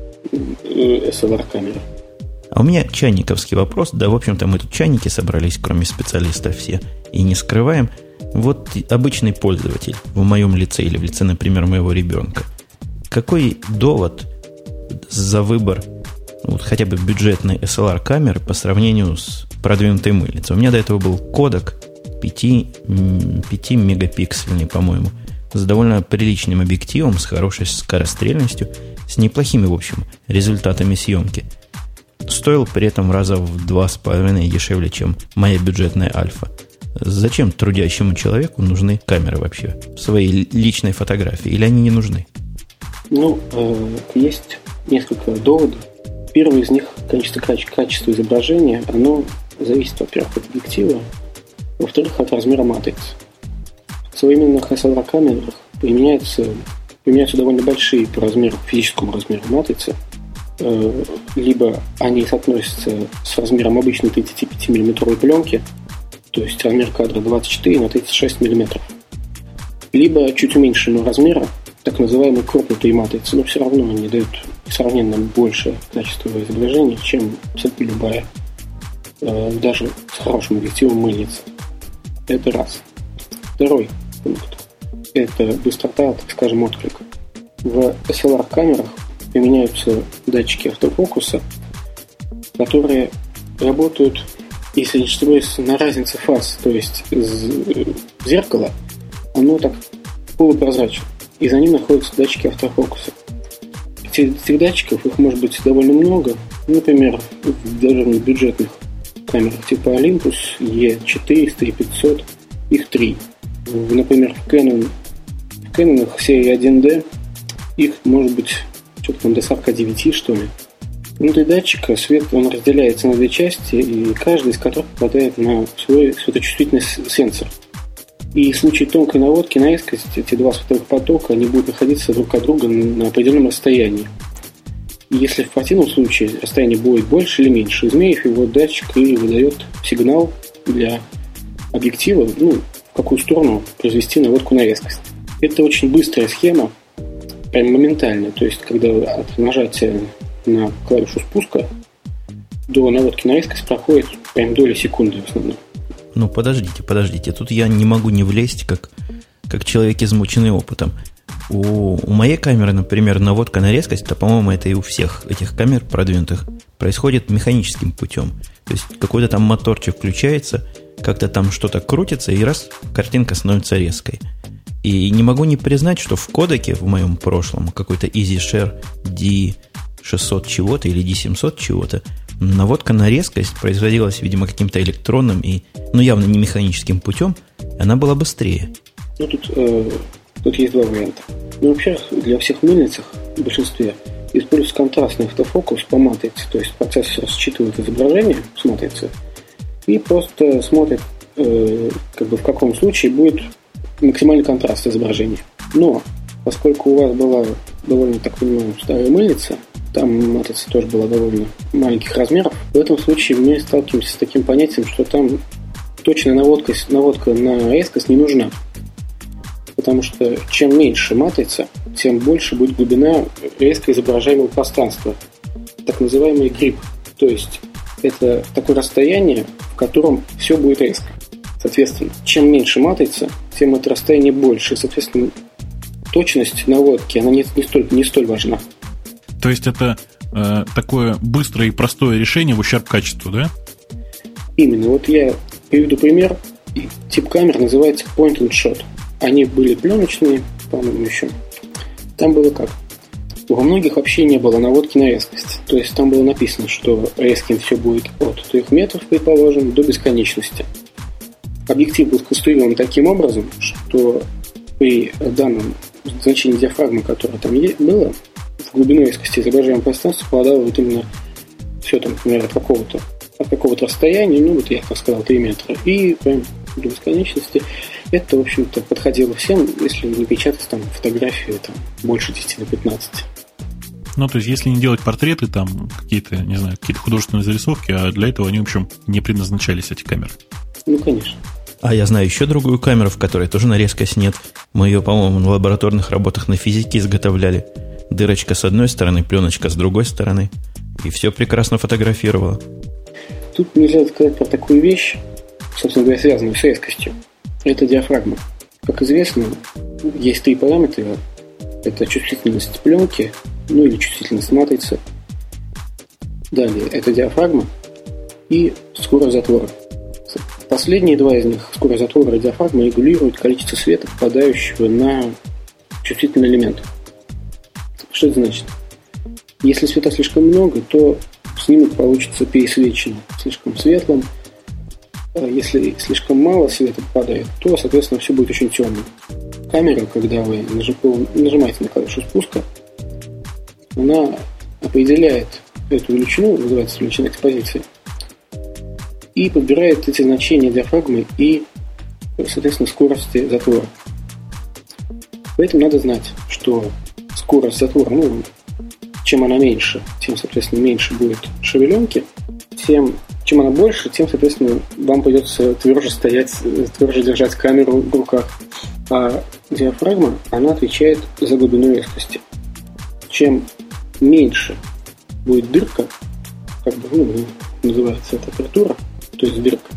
SLR-камеры. А у меня чайниковский вопрос. Да, в общем-то, мы тут чайники собрались, кроме специалистов все, и не скрываем. Вот обычный пользователь в моем лице или в лице, например, моего ребенка. Какой довод за выбор хотя бы бюджетной SLR-камеры по сравнению с продвинутой мыльницей? У меня до этого был кодек 5 мегапиксельный, по-моему, с довольно приличным объективом, с хорошей скорострельностью, с неплохими, в общем, результатами съемки. Стоил при этом раза в 2,5 дешевле, чем моя бюджетная Альфа. Зачем трудящему человеку нужны камеры вообще в своей личной фотографии? Или они не нужны? Есть несколько доводов. Первый из них, конечно, качество изображения. Оно зависит, во-первых, от объектива, во-вторых, от размера матрицы. В современных SLR-камерах применяются довольно большие по размеру, физическому размеру матрицы. Либо они соотносятся с размером обычной 35 мм пленки, то есть размер кадра 24 на 36 мм. Либо чуть уменьшенного размера, так называемые крупнутые матрицы, но все равно они дают сравненно большее качество изображения, чем абсолютно любая, даже с хорошим объективом мыльница. Это раз. Второй пункт – это быстрота, так скажем, отклика. В SLR-камерах применяются датчики автофокуса, которые работают, если не ошибаюсь, на разнице фаз, то есть зеркало, оно так полупрозрачно, и за ним находятся датчики автофокуса. Этих датчиков, их может быть довольно много, например, в даже бюджетных камерах типа Olympus E400 и 500, их 3. Например, в Canon серии 1D их может быть что-то там до 49, что ли. Внутри датчика свет, он разделяется на две части, и каждый из которых попадает на свой светочувствительный сенсор. И в случае тонкой наводки на резкость эти два световых потока, они будут находиться друг от друга на определенном расстоянии. И если в противном случае расстояние будет больше или меньше, измерив его, датчик и выдает сигнал для объектива, в какую сторону произвести наводку на резкость. Это очень быстрая схема, прям моментальная. То есть, когда от нажатия на клавишу спуска до наводки на резкость проходит прям доля секунды в основном. Подождите. Тут я не могу не влезть, как человек, измученный опытом. У моей камеры, например, наводка на резкость, то, по-моему, это и у всех этих камер продвинутых происходит механическим путем. То есть какой-то там моторчик включается, как-то там что-то крутится, и раз, картинка становится резкой. И не могу не признать, что в кодеке в моем прошлом, какой-то EasyShare D600 чего-то или D700 чего-то, наводка на резкость производилась, видимо, каким-то электронным и, явно не механическим путем, она была быстрее. Тут есть два варианта. Во-первых, для всех мыльницах в большинстве используется контрастный автофокус по матрице, то есть процессор считывает изображение с матрицы и просто смотрит, в каком случае будет максимальный контраст изображения. Но поскольку у вас была довольно, так понимаю, старая мыльница, там матрица тоже была довольно маленьких размеров, в этом случае мы сталкиваемся с таким понятием, что там точная наводка на резкость не нужна. Потому что чем меньше матрица, тем больше будет глубина резко изображаемого пространства. Так называемый грип. То есть это такое расстояние, в котором все будет резко. Соответственно, чем меньше матрица, тем это расстояние больше. Соответственно, точность наводки, она не столь важна. То есть это такое быстрое и простое решение в ущерб качеству, да? Именно. Вот я приведу пример. Тип камер называется point and shot. Они были пленочные, по-моему, еще. Там было как? Во многих вообще не было наводки на резкость. То есть там было написано, что резким все будет от 3 метров, предположим, до бесконечности. Объектив был сконструирован таким образом, что при данном значении диафрагмы, которое там было, в глубину резкости изображаемого пространства попадало вот именно все там, например, от какого-то расстояния, я как сказал, 3 метра, и прям до бесконечности. Это, в общем-то, подходило всем, если не печатать там фотографии там, больше 10 на 15. То есть, если не делать портреты, там какие-то художественные зарисовки, а для этого они, в общем, не предназначались, эти камеры. Конечно. А я знаю еще другую камеру, в которой тоже на резкость нет. Мы ее, по-моему, на лабораторных работах на физике изготовляли. Дырочка с одной стороны, пленочка с другой стороны. И все прекрасно фотографировало. Тут нельзя сказать про такую вещь, собственно говоря, связанную с резкостью. Это диафрагма. Как известно, есть 3 параметра. Это чувствительность пленки, или чувствительность матрицы. Далее, это диафрагма и скорость затвора. Последние 2 из них, скорость затвора и диафрагма, регулируют количество света, попадающего на чувствительный элемент. Что это значит? Если света слишком много, то снимок получится пересвеченным, слишком светлым. Если слишком мало света попадает, то, соответственно, все будет очень темным. Камера, когда вы нажимаете на клавишу спуска, она определяет эту величину, называется величина экспозиции, и подбирает эти значения диафрагмы и, соответственно, скорости затвора. Поэтому надо знать, что скорость затвора, чем она меньше, тем, соответственно, меньше будет шевеленки, чем она больше, тем, соответственно, вам придется тверже держать камеру в руках. А диафрагма, она отвечает за глубину резкости. Чем меньше будет дырка, называется это апертура, то есть дырка,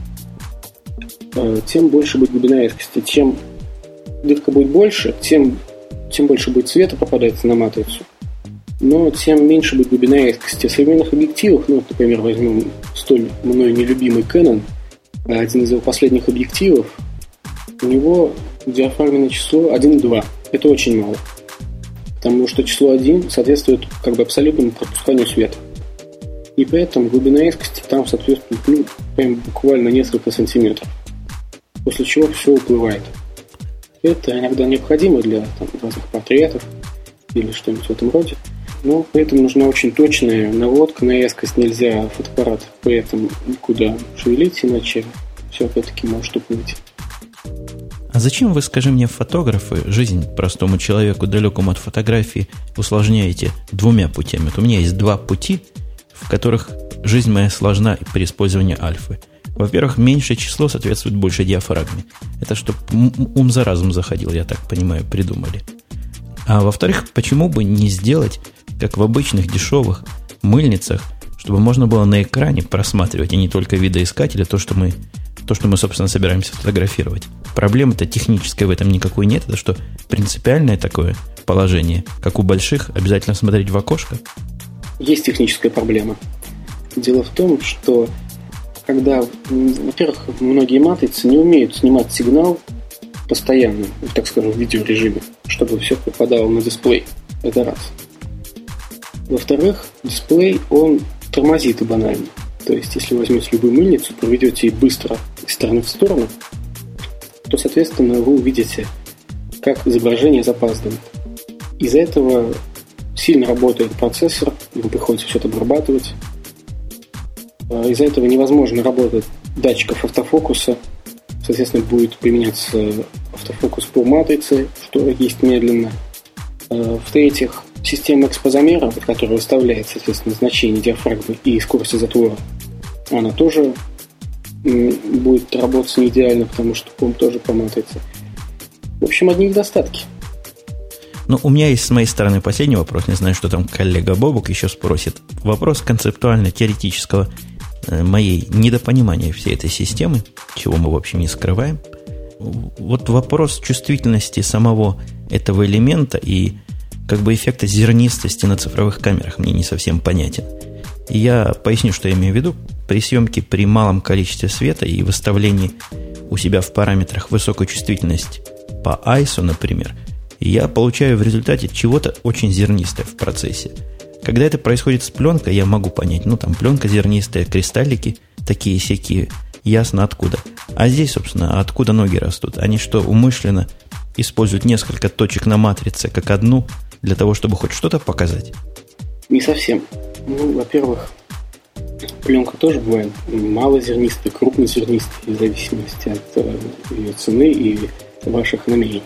тем больше будет глубина резкости. Чем дырка будет больше, тем больше будет света попадать на матрицу, но тем меньше будет глубина резкости. В современных объективах, например, возьмем столь мной нелюбимый Canon, один из его последних объективов, у него диафрагменное число 1,2. Это очень мало, потому что число 1 соответствует абсолютному пропусканию света. И при этом глубина резкости там соответствует прям буквально несколько сантиметров, после чего все уплывает. Это иногда необходимо для разных портретов или что-нибудь в этом роде. Но при этом нужна очень точная наводка на резкость. Нельзя фотоаппарат при этом никуда шевелить, иначе все опять-таки может уплыть. А зачем вы, скажи мне, фотографы, жизнь простому человеку, далекому от фотографии, усложняете 2 путями? Вот у меня есть 2 пути, в которых жизнь моя сложна при использовании альфы. Во-первых, меньшее число соответствует больше диафрагме. Это чтобы ум за разум заходил, я так понимаю, придумали. А во-вторых, почему бы не сделать, как в обычных дешевых мыльницах, чтобы можно было на экране просматривать, и не только видоискателя, то, что мы, собственно, собираемся фотографировать. Проблемы-то технической в этом никакой нет. Это что, принципиальное такое положение, как у больших, обязательно смотреть в окошко? Есть техническая проблема. Дело в том, что когда, во-первых, многие матрицы не умеют снимать сигнал постоянно, так скажем, в видеорежиме, чтобы все попадало на дисплей. Это раз. Во-вторых, дисплей, он тормозит и банально. То есть, если вы возьмете любую мыльницу, проведете ее быстро из стороны в сторону, то, соответственно, вы увидите, как изображение запаздывает. Из-за этого сильно работает процессор, ему приходится все это обрабатывать. Из-за этого невозможно работать датчиков автофокуса. Соответственно, будет применяться автофокус по матрице, что есть медленно. В-третьих, система экспозамера, в которой выставляет, соответственно, значение диафрагмы и скорости затвора, она тоже будет работать не идеально, потому что тоже по матрице. В общем, одни недостатки. Ну, у меня есть с моей стороны последний вопрос. Не знаю, что там коллега Бобук еще спросит. Вопрос концептуально-теоретического моей недопонимания всей этой системы, чего мы, в общем, не скрываем. Вот вопрос чувствительности самого этого элемента и как бы эффекта зернистости на цифровых камерах мне не совсем понятен. И я поясню, что я имею в виду. При съемке при малом количестве света и выставлении у себя в параметрах высокую чувствительность по ISO, например, я получаю в результате чего-то очень зернистое в процессе. Когда это происходит с пленкой, я могу понять, ну там пленка зернистая, кристаллики такие-сякие, ясно откуда. А здесь, собственно, откуда ноги растут? Они что, умышленно используют несколько точек на матрице как одну для того, чтобы хоть что-то показать? Не совсем. Ну, во-первых, пленка тоже бывает малозернистой, крупнозернистой, в зависимости от ее цены и ваших намерений.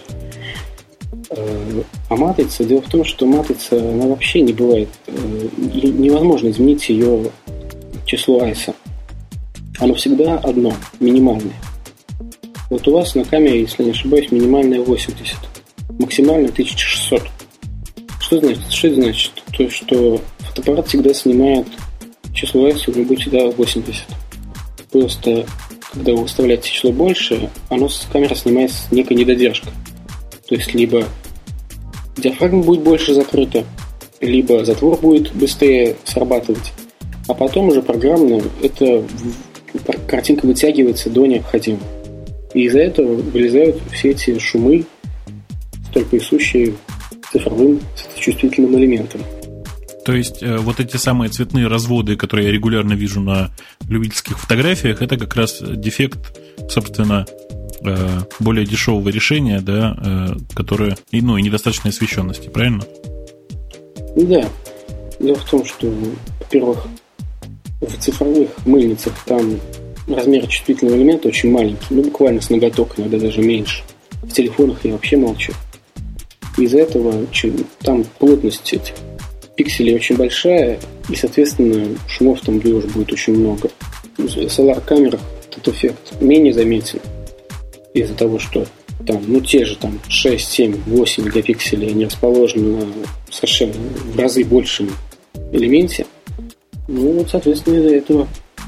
А матрица, дело в том, что матрица, она вообще не бывает, невозможно изменить ее число ISO. Оно всегда одно, минимальное. Вот у вас на камере, если не ошибаюсь, минимальное 80, максимальное 1600. Что это значит? То, что фотоаппарат всегда снимает число ISO, у него будет всегда 80. Просто, когда вы выставляете число больше, камера снимает с некой недодержкой. То есть, либо диафрагма будет больше закрыта, либо затвор будет быстрее срабатывать, а потом уже программно картинка вытягивается до необходимого. И из-за этого вылезают все эти шумы, столь присущие цифровым чувствительным элементам. То есть вот эти самые цветные разводы, которые я регулярно вижу на любительских фотографиях, это как раз дефект, собственно, более дешевого решения, да, которое и недостаточной освещенности, правильно? Да. Дело в том, что, во-первых, в цифровых мыльницах там размер чувствительного элемента очень маленький, буквально с ноготок, иногда даже меньше. В телефонах я вообще молчу. Из-за этого там плотность этих пикселей очень большая, и, соответственно, шумов там тоже будет очень много. В SLR-камерах этот эффект менее заметен. Из-за того, что там, те же там 6, 7, 8 мегапикселей, они расположены на совершенно в разы большем элементе. Соответственно, из-за этого.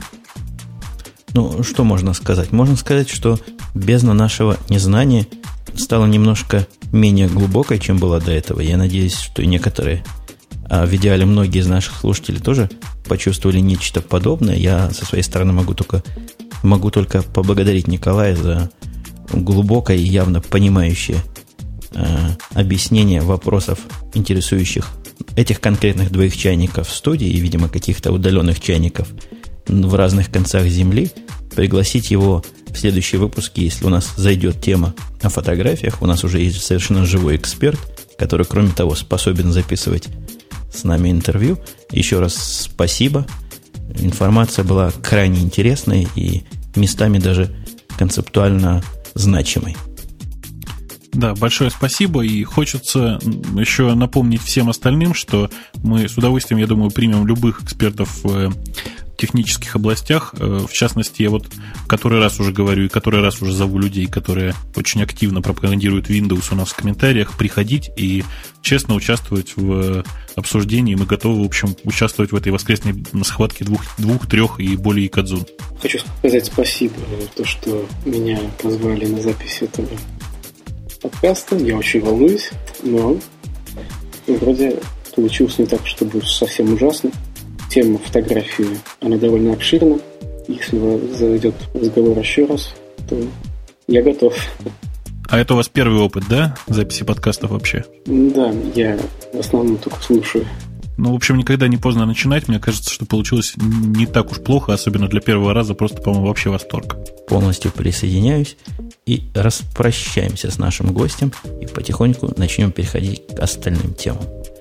Что можно сказать? Можно сказать, что бездна нашего незнания стала немножко менее глубокой, чем была до этого. Я надеюсь, что и некоторые, а в идеале многие из наших слушателей тоже почувствовали нечто подобное. Я со своей стороны могу только поблагодарить Николая за глубокое и явно понимающее объяснение вопросов, интересующих этих конкретных двоих чайников в студии и, видимо, каких-то удаленных чайников в разных концах Земли. Пригласить его в следующие выпуски, если у нас зайдет тема о фотографиях. У нас уже есть совершенно живой эксперт, который, кроме того, способен записывать с нами интервью. Еще раз спасибо. Информация была крайне интересной и местами даже концептуально значимой. Да, большое спасибо. И хочется еще напомнить всем остальным, что мы с удовольствием, я думаю, примем любых экспертов в технических областях. В частности, я который раз уже говорю и который раз уже зову людей, которые очень активно пропагандируют Windows у нас в комментариях, приходить и честно участвовать в обсуждении. Мы готовы, в общем, участвовать в этой воскресной схватке двух, трех и более икадзун. Хочу сказать спасибо за то, что меня позвали на запись этого подкаста. Я очень волнуюсь, но вроде получилось не так, чтобы совсем ужасно. Тема фотографии, она довольно обширна. Если зайдет разговор еще раз, то я готов. А это у вас первый опыт, да, записи подкастов вообще? Да, я в основном только слушаю. Ну, в общем, никогда не поздно начинать. Мне кажется, что получилось не так уж плохо, особенно для первого раза. Просто, по-моему, вообще восторг. Полностью присоединяюсь. И распрощаемся с нашим гостем. И потихоньку начнем переходить к остальным темам.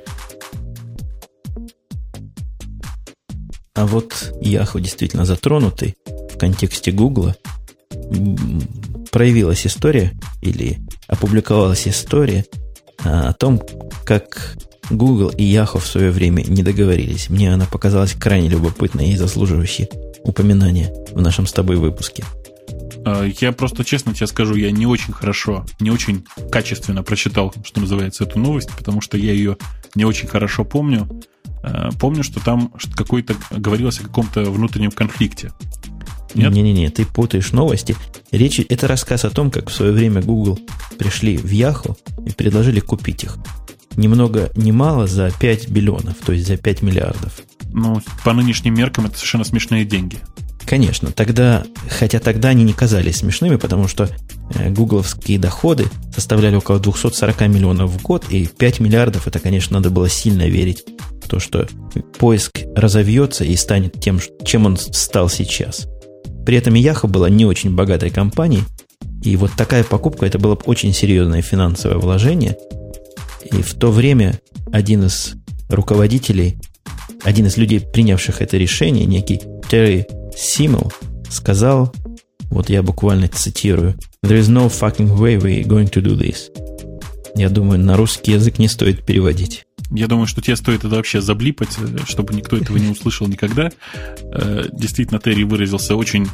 А вот Yahoo действительно затронутый в контексте Гугла. Проявилась история или опубликовалась история о том, как Google и Yahoo в свое время не договорились. Мне она показалась крайне любопытной и заслуживающей упоминания в нашем с тобой выпуске. Я просто честно тебе скажу, я не очень хорошо, не очень качественно прочитал, что называется, эту новость, потому что я ее не очень хорошо помню. Помню, что там какой-то говорилось о каком-то внутреннем конфликте. Не-не-не, ты путаешь новости. Это рассказ о том, как в свое время Google пришли в Yahoo и предложили купить их. Ни много ни мало за 5 биллионов, то есть за 5 миллиардов. Ну, по нынешним меркам это совершенно смешные деньги. Конечно, хотя тогда они не казались смешными, потому что гугловские доходы составляли около 240 миллионов в год, и 5 миллиардов, это, конечно, надо было сильно верить в то, что поиск разовьется и станет тем, чем он стал сейчас. При этом Yahoo была не очень богатой компанией, и вот такая покупка, это было бы очень серьезное финансовое вложение. И в то время один из руководителей, один из людей, принявших это решение, некий Терри Симмел, сказал, вот я буквально цитирую, «There is no fucking way we're going to do this». Я думаю, на русский язык не стоит переводить. Я думаю, что тебе стоит это вообще заблипать, чтобы никто этого не услышал никогда. Действительно, Терри выразился очень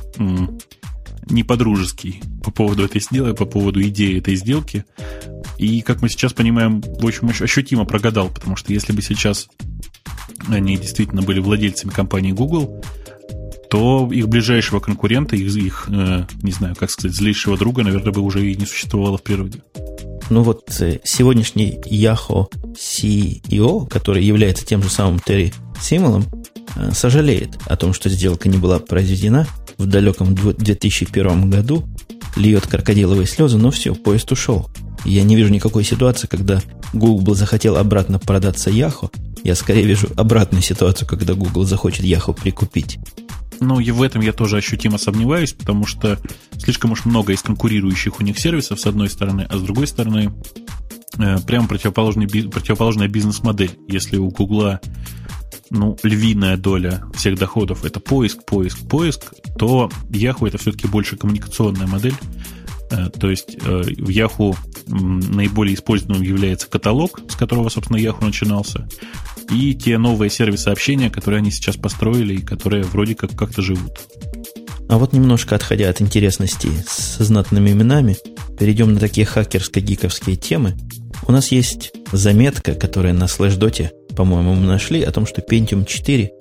не по-дружески по поводу этой сделки, по поводу идеи этой сделки. И, как мы сейчас понимаем, в общем, ощутимо прогадал, потому что если бы сейчас они действительно были владельцами компании Google, то их ближайшего конкурента, их не знаю, как сказать, злейшего друга, наверное, бы уже и не существовало в природе. Ну вот сегодняшний Yahoo CEO, который является тем же самым Терри Симмелом, сожалеет о том, что сделка не была произведена в далеком 2001 году, льет крокодиловые слезы, но все, поезд ушел. Я не вижу никакой ситуации, когда Google захотел обратно продаться Yahoo. Я скорее вижу обратную ситуацию, когда Google захочет Yahoo прикупить. Ну, и в этом я тоже ощутимо сомневаюсь, потому что слишком уж много из конкурирующих у них сервисов, с одной стороны, а с другой стороны, прямо противоположная бизнес-модель. Если у Гугла, львиная доля всех доходов – это поиск, то Yahoo – это все-таки больше коммуникационная модель. То есть в Yahoo наиболее используемым является каталог, с которого, собственно, Yahoo начинался, и те новые сервисы общения, которые они сейчас построили и которые вроде как-то живут. А вот немножко отходя от интересностей с знатными именами, перейдем на такие хакерско-гиковские темы. У нас есть заметка, которая на Slashdot, по-моему, мы нашли, о том, что Pentium 4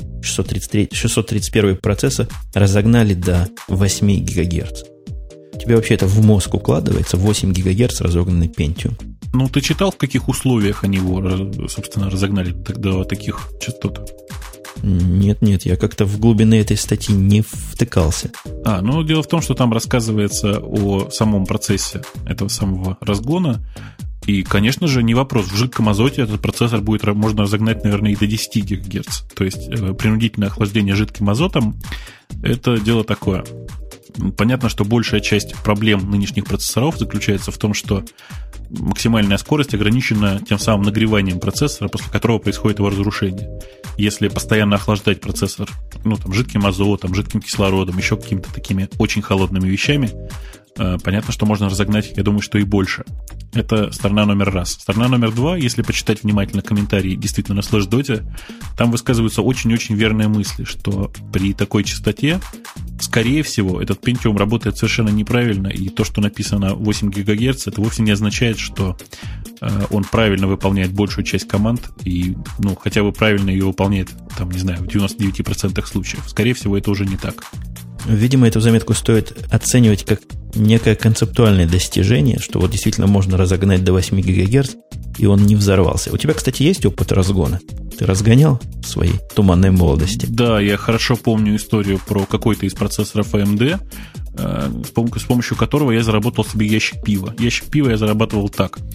631 процессор разогнали до 8 ГГц. Тебе вообще это в мозг укладывается? 8 ГГц разогнанный Pentium. Ну, ты читал, в каких условиях они его, собственно, разогнали до таких частот? Нет, я как-то в глубины этой статьи не втыкался. Дело в том, что там рассказывается о самом процессе этого самого разгона. И, конечно же, не вопрос. В жидком азоте этот процессор можно разогнать, наверное, и до 10 ГГц. То есть принудительное охлаждение жидким азотом – это дело такое. Понятно, что большая часть проблем нынешних процессоров заключается в том, что максимальная скорость ограничена тем самым нагреванием процессора, после которого происходит его разрушение. Если постоянно охлаждать процессор жидким азотом, жидким кислородом, еще какими-то такими очень холодными вещами, понятно, что можно разогнать, я думаю, что и больше. Это сторона номер раз. Сторона номер два, если почитать внимательно комментарии действительно на Slashdot, там высказываются очень-очень верные мысли, что при такой частоте, скорее всего, этот Pentium работает совершенно неправильно, и то, что написано 8 ГГц, это вовсе не означает, что он правильно выполняет большую часть команд, и хотя бы правильно ее выполняет, в 99% случаев. Скорее всего, это уже не так. Видимо, эту заметку стоит оценивать как некое концептуальное достижение, что вот действительно можно разогнать до 8 ГГц, и он не взорвался. У тебя, кстати, есть опыт разгона? Ты разгонял в своей туманной молодости? Да, я хорошо помню историю про какой-то из процессоров AMD, с помощью которого я заработал себе ящик пива. Ящик пива я зарабатывал так.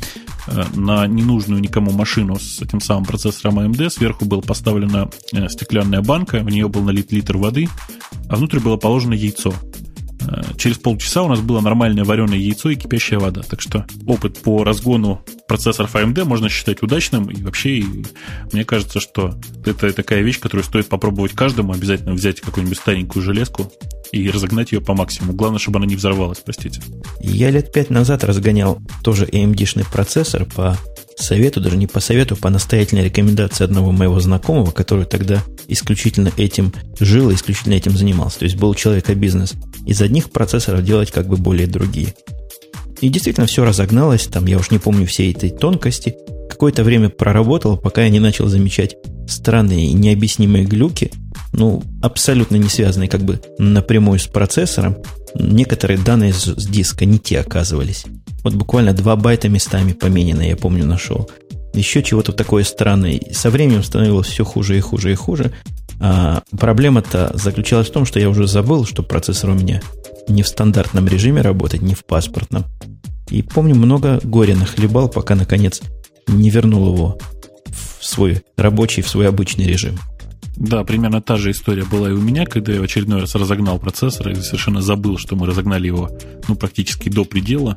на ненужную никому машину с этим самым процессором AMD сверху была поставлена стеклянная банка, в нее был налит литр воды, а внутрь было положено яйцо. Через полчаса у нас было нормальное вареное яйцо и кипящая вода. Так что опыт по разгону процессоров AMD можно считать удачным. И вообще, мне кажется, что это такая вещь, которую стоит попробовать каждому. Обязательно взять какую-нибудь старенькую железку и разогнать ее по максимуму. Главное, чтобы она не взорвалась, простите. Я лет 5 назад разгонял тоже AMD-шный процессор по совету, даже не по совету, по настоятельной рекомендации одного моего знакомого, который тогда исключительно этим жил и исключительно этим занимался. То есть был у человека бизнес из одних процессоров делать как бы более другие. И действительно все разогналось, там я уж не помню всей этой тонкости. Какое-то время проработал, пока я не начал замечать странные и необъяснимые глюки, абсолютно не связанные как бы напрямую с процессором. Некоторые данные с диска не те оказывались. Вот буквально 2 байта местами поменяно, я помню, нашел. Еще чего-то такое странное. Со временем становилось все хуже и хуже и хуже. А проблема-то заключалась в том, что я уже забыл, что процессор у меня не в стандартном режиме работает, не в паспортном. И помню, много горя нахлебал, пока, наконец, не вернул его в свой рабочий, в свой обычный режим. Да, примерно та же история была и у меня, когда я в очередной раз разогнал процессор и совершенно забыл, что мы разогнали его практически до предела.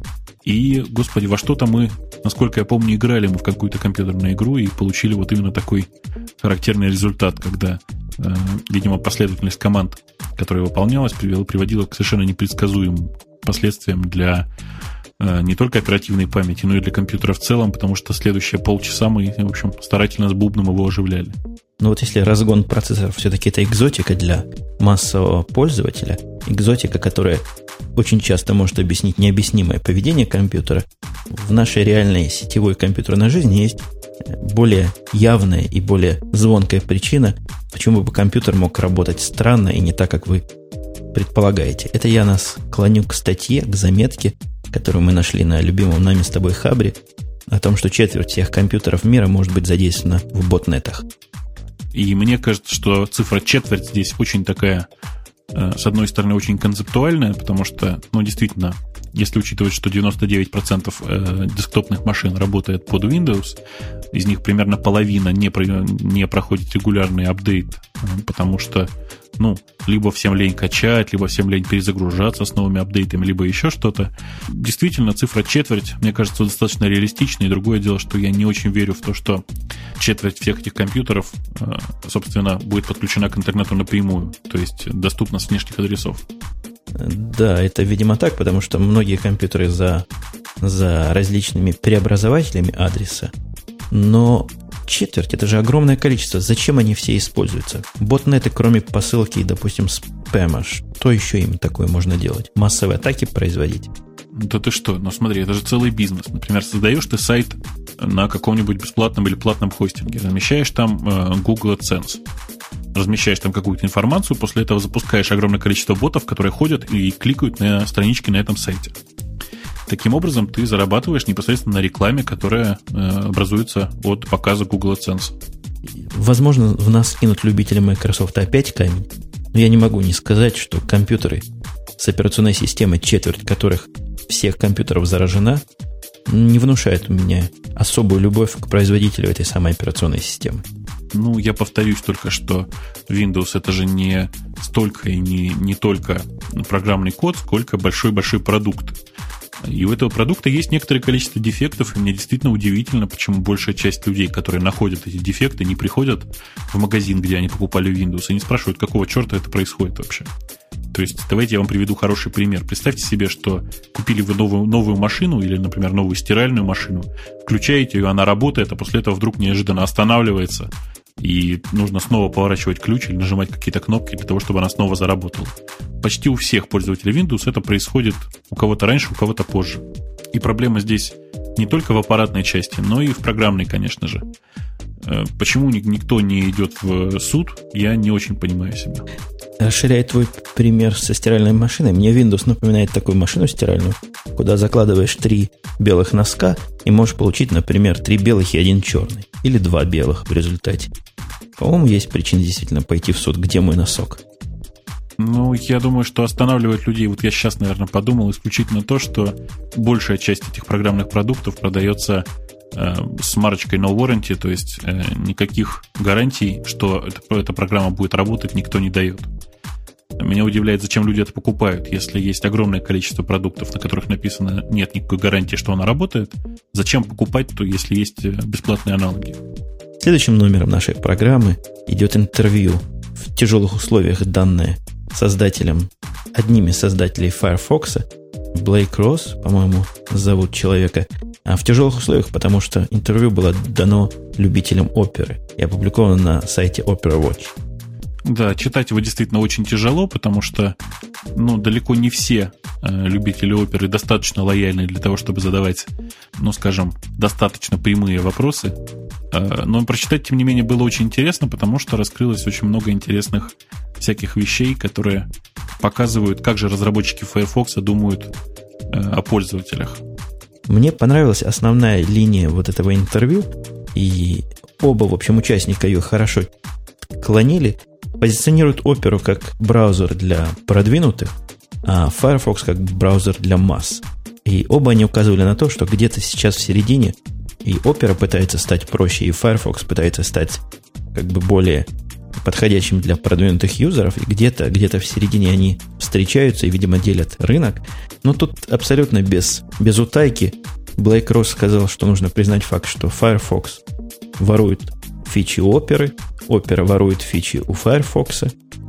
И, господи, во что-то мы, насколько я помню, играли мы в какую-то компьютерную игру и получили вот именно такой характерный результат, когда, видимо, последовательность команд, которая выполнялась, приводила к совершенно непредсказуемым последствиям для не только оперативной памяти, но и для компьютера в целом, потому что следующие полчаса мы, в общем, старательно с бубном его оживляли. Но вот если разгон процессоров все-таки это экзотика для массового пользователя, экзотика, которая очень часто может объяснить необъяснимое поведение компьютера, в нашей реальной сетевой компьютерной жизни есть более явная и более звонкая причина, почему бы компьютер мог работать странно и не так, как вы предполагаете. Это я нас клоню к статье, к заметке, которую мы нашли на любимом нами с тобой Хабре, о том, что четверть всех компьютеров мира может быть задействована в ботнетах. И мне кажется, что цифра четверть здесь очень такая, с одной стороны, очень концептуальная, потому что, действительно, если учитывать, что 99% десктопных машин работает под Windows, из них примерно половина не проходит регулярный апдейт, потому что, либо всем лень качать, либо всем лень перезагружаться с новыми апдейтами, либо еще что-то. Действительно, цифра четверть, мне кажется, достаточно реалистична. И другое дело, что я не очень верю в то, что четверть всех этих компьютеров, собственно, будет подключена к интернету напрямую, то есть доступна с внешних адресов. Да, это, видимо, так, потому что многие компьютеры за различными преобразователями адреса, но четверть, это же огромное количество. Зачем они все используются? Ботнеты, кроме посылки, допустим, спэма, что еще им такое можно делать? Массовые атаки производить? Да ты что? Смотри, это же целый бизнес. Например, создаешь ты сайт на каком-нибудь бесплатном или платном хостинге, размещаешь там Google AdSense, размещаешь там какую-то информацию, после этого запускаешь огромное количество ботов, которые ходят и кликают на странички на этом сайте. Таким образом, ты зарабатываешь непосредственно на рекламе, которая образуется от показа Google AdSense. Возможно, в нас кинут любители Microsoft опять камень, но я не могу не сказать, что компьютеры с операционной системой, четверть которых всех компьютеров заражена, не внушает у меня особую любовь к производителю этой самой операционной системы. Я повторюсь только, что Windows это же не столько и не только программный код, сколько большой-большой продукт. И у этого продукта есть некоторое количество дефектов, и мне действительно удивительно, почему большая часть людей, которые находят эти дефекты, не приходят в магазин, где они покупали Windows, и не спрашивают, какого черта это происходит вообще. То есть, давайте я вам приведу хороший пример. Представьте себе, что купили вы новую машину или, например, новую стиральную машину, включаете ее, она работает, а после этого вдруг неожиданно останавливается, и нужно снова поворачивать ключ или нажимать какие-то кнопки для того, чтобы она снова заработала. Почти у всех пользователей Windows это происходит у кого-то раньше, у кого-то позже. И проблема здесь не только в аппаратной части, но и в программной, конечно же. Почему никто не идет в суд, я не очень понимаю себя. Расширяя твой пример со стиральной машиной, мне Windows напоминает такую машину стиральную, куда закладываешь 3 белых носка и можешь получить, например, 3 белых и 1 черный. Или 2 белых в результате. По-моему, есть причина действительно пойти в суд. Где мой носок? Ну, я думаю, что останавливает людей, вот я сейчас, наверное, подумал исключительно то, что большая часть этих программных продуктов продается с марочкой no warranty, то есть никаких гарантий, что эта программа будет работать, никто не дает. Меня удивляет, зачем люди это покупают. Если есть огромное количество продуктов, на которых написано нет никакой гарантии, что она работает, зачем покупать, то если есть бесплатные аналоги? Следующим номером нашей программы идет интервью в тяжелых условиях, данное одним из создателей Firefox, Блейк Росс, по-моему, зовут человека, а в тяжелых условиях, потому что интервью было дано любителям оперы и опубликовано на сайте Opera Watch. Да, читать его действительно очень тяжело, потому что далеко не все любители оперы достаточно лояльны для того, чтобы задавать, скажем, достаточно прямые вопросы. Но прочитать, тем не менее, было очень интересно, потому что раскрылось очень много интересных всяких вещей, которые показывают, как же разработчики Firefox думают о пользователях. Мне понравилась основная линия вот этого интервью, и оба, в общем, участника ее хорошо клонили. Позиционируют Opera как браузер для продвинутых, а Firefox как браузер для масс. И оба они указывали на то, что где-то сейчас в середине и Opera пытается стать проще, и Firefox пытается стать как бы более подходящим для продвинутых юзеров, и где-то в середине они встречаются и, видимо, делят рынок. Но тут абсолютно без утайки Блейк Росс сказал, что нужно признать факт, что Firefox ворует фичи Opera, Opera ворует фичи у Firefox,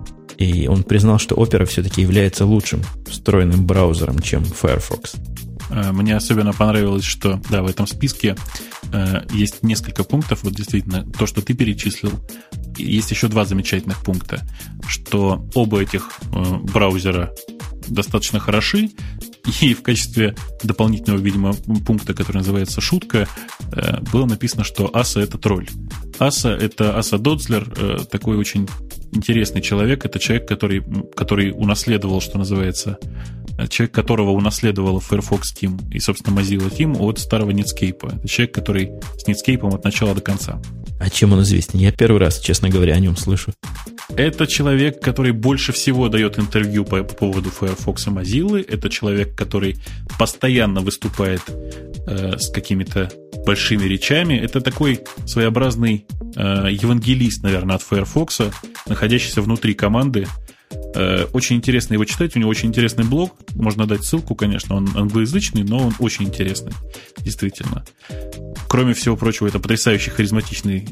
и он признал, что Opera все-таки является лучшим встроенным браузером, чем Firefox. Мне особенно понравилось, что в этом списке есть несколько пунктов, вот действительно, то, что ты перечислил. Есть еще два замечательных пункта, что оба этих браузера достаточно хороши, и в качестве дополнительного, видимо, пункта, который называется «шутка», было написано, что Аса — это тролль. Аса — это Аса Доцлер, такой очень интересный человек. Это человек, который унаследовал, что называется, человек, которого унаследовала Firefox Team и, собственно, Mozilla Team от старого Netscape. Это человек, который с Netscape от начала до конца. А чем он известен? Я первый раз, честно говоря, о нем слышу. Это человек, который больше всего дает интервью по поводу Firefox и Mozilla. Это человек, который постоянно выступает с какими-то большими речами. Это такой своеобразный евангелист, наверное, от Firefox, находящийся внутри команды. Очень интересно его читать, у него очень интересный блог, можно дать ссылку, конечно, он англоязычный, но он очень интересный, действительно. Кроме всего прочего, это потрясающий харизматичный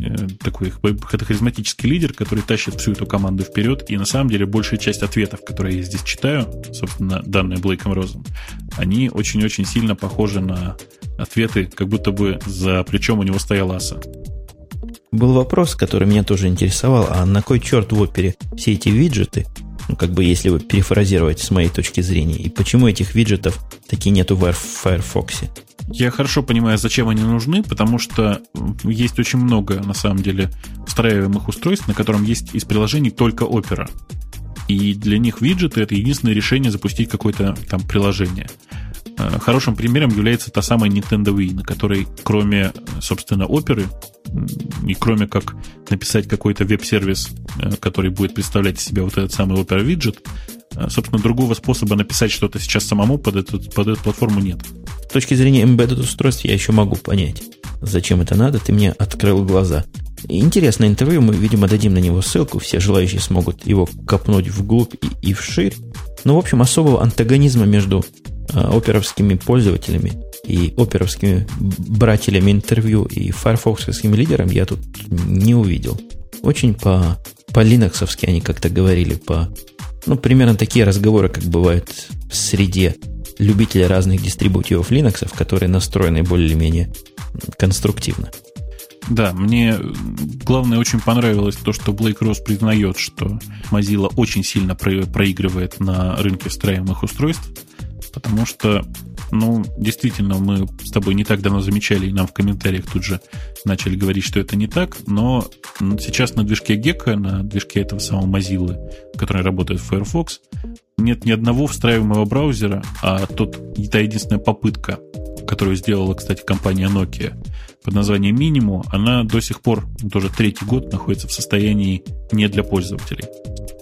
это харизматический лидер, который тащит всю эту команду вперед, и на самом деле большая часть ответов, которые я здесь читаю, собственно, данные Блейком Россом, они очень-очень сильно похожи на ответы, как будто бы за плечом у него стоял Аса. Был вопрос, который меня тоже интересовал, а на кой черт в опере все эти виджеты, если вы перефразировать с моей точки зрения, и почему этих виджетов таки нету в Firefox? Я хорошо понимаю, зачем они нужны, потому что есть очень много, на самом деле, встраиваемых устройств, на котором есть из приложений только Opera. И для них виджеты — это единственное решение запустить какое-то там приложение. Хорошим примером является та самая Nintendo Wii, на которой, кроме, собственно, оперы, и кроме как написать какой-то веб-сервис, который будет представлять из себя вот этот самый Opera виджет, собственно, другого способа написать что-то сейчас самому под эту платформу нет. С точки зрения embedded устройств я еще могу понять, зачем это надо, ты мне открыл глаза. Интересное интервью, мы, видимо, дадим на него ссылку, все желающие смогут его копнуть вглубь и вширь. Но, в общем, особого антагонизма между оперовскими пользователями и оперовскими брателями интервью и файрфоксовскими лидерами я тут не увидел. Очень по-линоксовски они как-то говорили, примерно такие разговоры, как бывают в среде любителей разных дистрибутивов Linux, которые настроены более-менее конструктивно. Да, мне главное очень понравилось то, что Блейк Росс признает, что Mozilla очень сильно проигрывает на рынке встраиваемых устройств, потому что, действительно, мы с тобой не так давно замечали, и нам в комментариях тут же начали говорить, что это не так, но сейчас на движке Gecko, на движке этого самого Mozilla, который работает в Firefox, нет ни одного встраиваемого браузера, а та единственная попытка, которую сделала, кстати, компания Nokia под названием Minimo, она до сих пор, тоже третий год, находится в состоянии не для пользователей.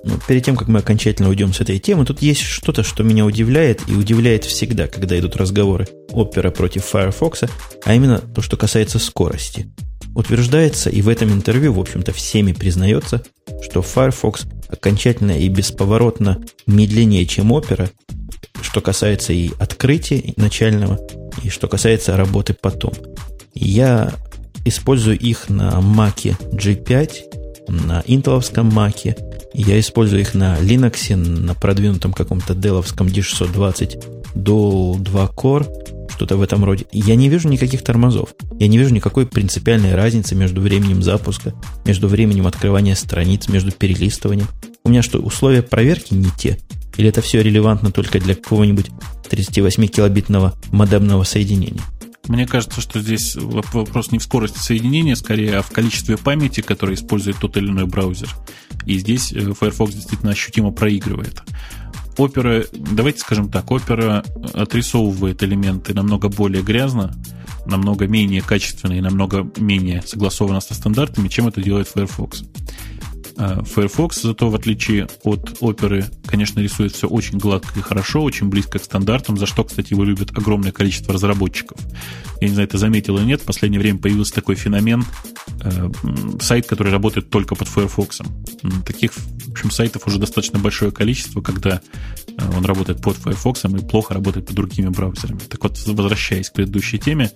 перед тем, как мы окончательно уйдем с этой темы, тут есть что-то, что меня удивляет, и удивляет всегда, когда идут разговоры Opera против Firefox, а именно то, что касается скорости. Утверждается, и в этом интервью, в общем-то, всеми признается, что Firefox окончательно и бесповоротно медленнее, чем Opera, что касается и открытия начального, и что касается работы потом. Я использую их на Mac G5, на интеловском Mac, я использую их на Linux, на продвинутом каком-то деловском D620 Dual 2 Core, что-то в этом роде. Я не вижу никаких тормозов. Я не вижу никакой принципиальной разницы между временем запуска, между временем открывания страниц, между перелистыванием. У меня что, условия проверки не те? Или это все релевантно только для какого-нибудь 38-килобитного модемного соединения? Мне кажется, что здесь вопрос не в скорости соединения, скорее, а в количестве памяти, которое использует тот или иной браузер. И здесь Firefox действительно ощутимо проигрывает. Opera, давайте скажем так, Opera отрисовывает элементы намного более грязно, намного менее качественно и намного менее согласованно со стандартами, чем это делает Firefox. Firefox, зато в отличие от Opera, конечно, рисует все очень гладко и хорошо, очень близко к стандартам, за что, кстати, его любят огромное количество разработчиков. Я не знаю, ты заметил или нет, в последнее время появился такой феномен, сайт, который работает только под Firefox. Таких, в общем, сайтов уже достаточно большое количество, когда он работает под Firefox и плохо работает под другими браузерами. Так вот, возвращаясь к предыдущей теме,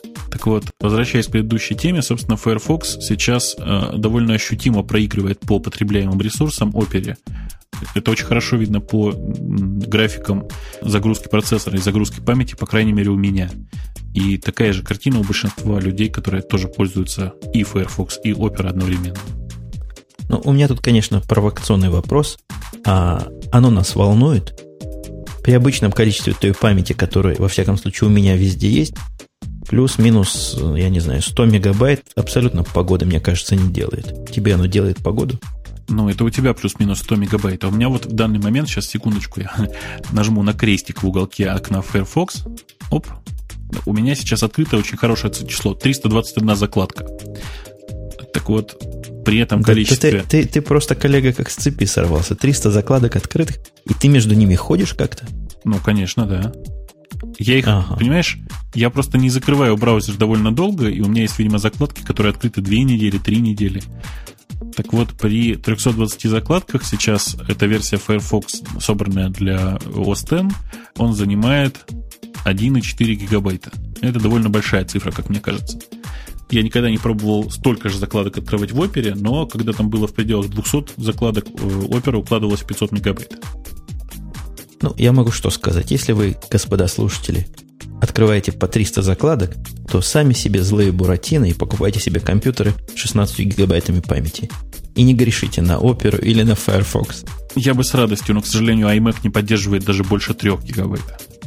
собственно, Firefox сейчас довольно ощутимо проигрывает по потребляемым ресурсам Opera. Это очень хорошо видно по графикам загрузки процессора и загрузки памяти, по крайней мере, у меня. И такая же картина у большинства людей, которые тоже пользуются и Firefox, и Opera одновременно. Ну, у меня тут, конечно, провокационный вопрос. А оно нас волнует? При обычном количестве той памяти, которая, во всяком случае, у меня везде есть, плюс-минус, я не знаю, 100 мегабайт абсолютно погоды, мне кажется, не делает. Тебе оно делает погоду? Ну, это у тебя плюс-минус 100 мегабайт. А у меня вот в данный момент, сейчас, секундочку, я нажму на крестик в уголке окна Firefox. Оп. У меня сейчас открыто очень хорошее число. 321 закладка. Так вот, при этом количестве... Ты просто, коллега, как с цепи сорвался. 300 закладок открытых, и ты между ними ходишь как-то? Ну, конечно, да. Я их, понимаешь, я просто не закрываю браузер довольно долго, и у меня есть, видимо, закладки, которые открыты 2 недели, 3 недели. Так вот, при 320 закладках сейчас эта версия Firefox, собранная для OS X, он занимает 1,4 гигабайта. Это довольно большая цифра, как мне кажется. Я никогда не пробовал столько же закладок открывать в Opera, но когда там было в пределах 200 закладок, Opera укладывалась в 500 мегабайт. Ну, я могу что сказать. Если вы, господа слушатели, открываете по 300 закладок, то сами себе злые буратино и покупайте себе компьютеры с 16 гигабайтами памяти. И не грешите на Opera или на Firefox. Я бы с радостью, но, к сожалению, iMac не поддерживает даже больше 3 гигабайт.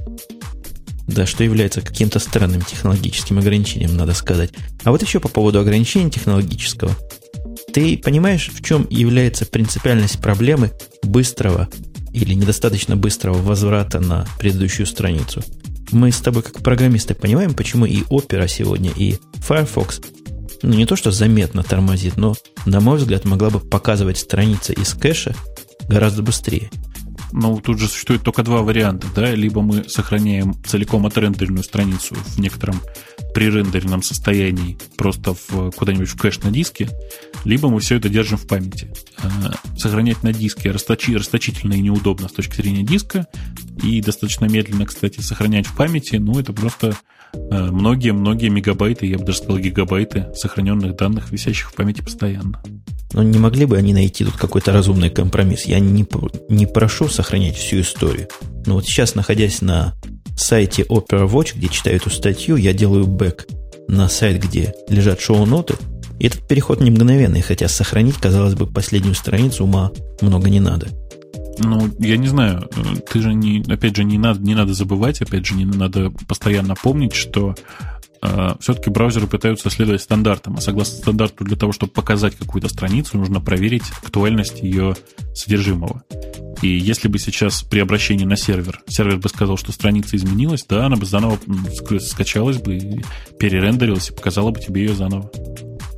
Да, что является каким-то странным технологическим ограничением, надо сказать. А вот еще по поводу ограничения технологического. Ты понимаешь, в чем является принципиальность проблемы быстрого или недостаточно быстрого возврата на предыдущую страницу? Мы с тобой, как программисты, понимаем, почему и Opera сегодня, и Firefox, ну, не то что заметно тормозит, но, на мой взгляд, могла бы показывать страницы из кэша гораздо быстрее. Ну, тут же существует только два варианта, да, либо мы сохраняем целиком отрендеренную страницу в некотором пререндеренном состоянии просто куда-нибудь в кэш на диске, либо мы все это держим в памяти. Сохранять на диске расточительно и неудобно с точки зрения диска, и достаточно медленно, кстати, сохранять в памяти, ну, это просто многие-многие мегабайты, я бы даже сказал гигабайты сохраненных данных, висящих в памяти постоянно. Но не могли бы они найти тут какой-то разумный компромисс? Я не прошу сохранять всю историю. Но вот сейчас, находясь на сайте Opera Watch, где читаю эту статью, я делаю бэк на сайт, где лежат шоу-ноты. И этот переход не мгновенный, хотя сохранить, казалось бы, последнюю страницу ума много не надо. Ну, я не знаю, ты же не надо забывать, опять же, не надо постоянно помнить, что все-таки браузеры пытаются следовать стандартам, а согласно стандарту для того, чтобы показать какую-то страницу, нужно проверить актуальность ее содержимого. И если бы сейчас при обращении на сервер бы сказал, что страница изменилась, да, она бы заново скачалась бы, перерендерилась и показала бы тебе ее заново.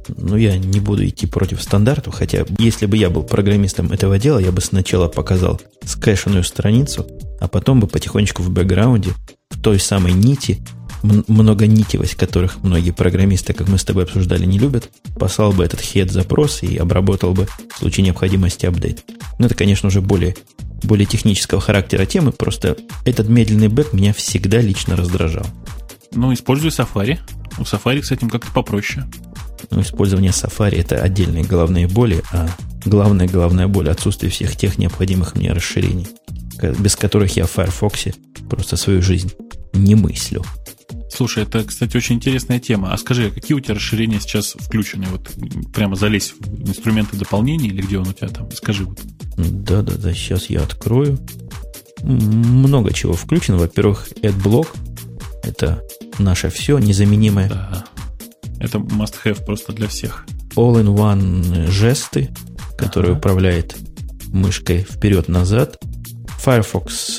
Ну, я не буду идти против стандартов, хотя если бы я был программистом этого дела, я бы сначала показал скэшенную страницу, а потом бы потихонечку в бэкграунде, в той самой нити, многонитивость которых многие программисты, как мы с тобой обсуждали, не любят, послал бы этот head-запрос и обработал бы в случае необходимости апдейт. Но это, конечно, уже более технического характера темы, просто этот медленный бэк меня всегда лично раздражал. Ну, используй Safari. У Safari с этим как-то попроще. Но использование Safari – это отдельные головные боли, а главная боль – отсутствие всех тех необходимых мне расширений, без которых я в Firefox просто свою жизнь не мыслю. Слушай, это, кстати, очень интересная тема. А скажи, какие у тебя расширения сейчас включены? Вот прямо залезь в инструменты дополнений или где он у тебя там? Скажи вот. Да, сейчас я открою. Много чего включено. Во-первых, AdBlock – это наше все, незаменимое. Да. Это must-have просто для всех. All-in-one жесты, которые управляет мышкой вперед-назад. Firefox,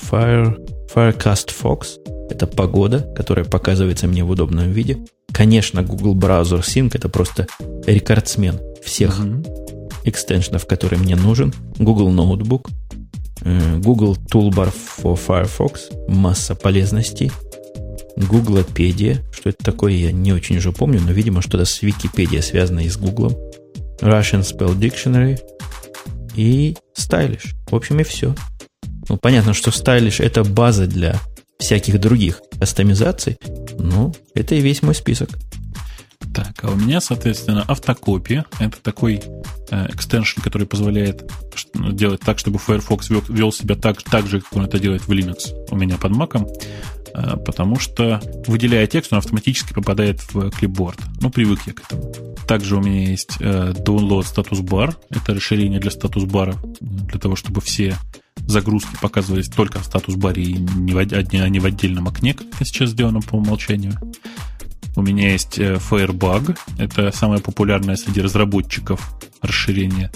Firecast Fox – это погода, которая показывается мне в удобном виде. Конечно, Google Browser Sync – это просто рекордсмен всех экстеншенов, который мне нужен. Google Notebook, Google Toolbar for Firefox, масса полезностей. Googlepedia, что это такое, я не очень уже помню, но, видимо, что-то с Википедией связано и с Гуглом. Russian Spell Dictionary и Stylish. В общем, и все. Ну, понятно, что Stylish – это база для всяких других кастомизаций, но это и весь мой список. Так, а у меня, соответственно, автокопия. Это такой экстеншн, который позволяет делать так, чтобы Firefox вел себя так же, как он это делает в Linux у меня под Mac'ом, потому что, выделяя текст, он автоматически попадает в clipboard. Ну, привык я к этому. Также у меня есть Download Status Bar. Это расширение для статус-бара, для того, чтобы все загрузки показывались только в статус-баре и не в отдельном окне, как это сейчас сделано по умолчанию. У меня есть Firebug. Это самое популярное среди разработчиков расширение.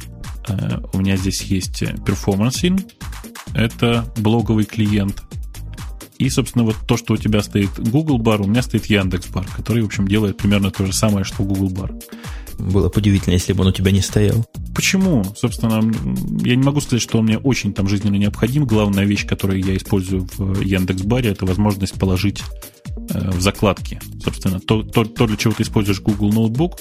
У меня здесь есть Performance-in. Это блоговый клиент. И, собственно, вот то, что у тебя стоит Google Bar, у меня стоит Яндекс.Бар, который, в общем, делает примерно то же самое, что Google Bar. Было бы удивительно, если бы он у тебя не стоял. Почему? Собственно, я не могу сказать, что он мне очень там жизненно необходим. Главная вещь, которую я использую в Яндекс.Баре, это возможность положить в закладки. Собственно, то, для чего ты используешь Google Notebook,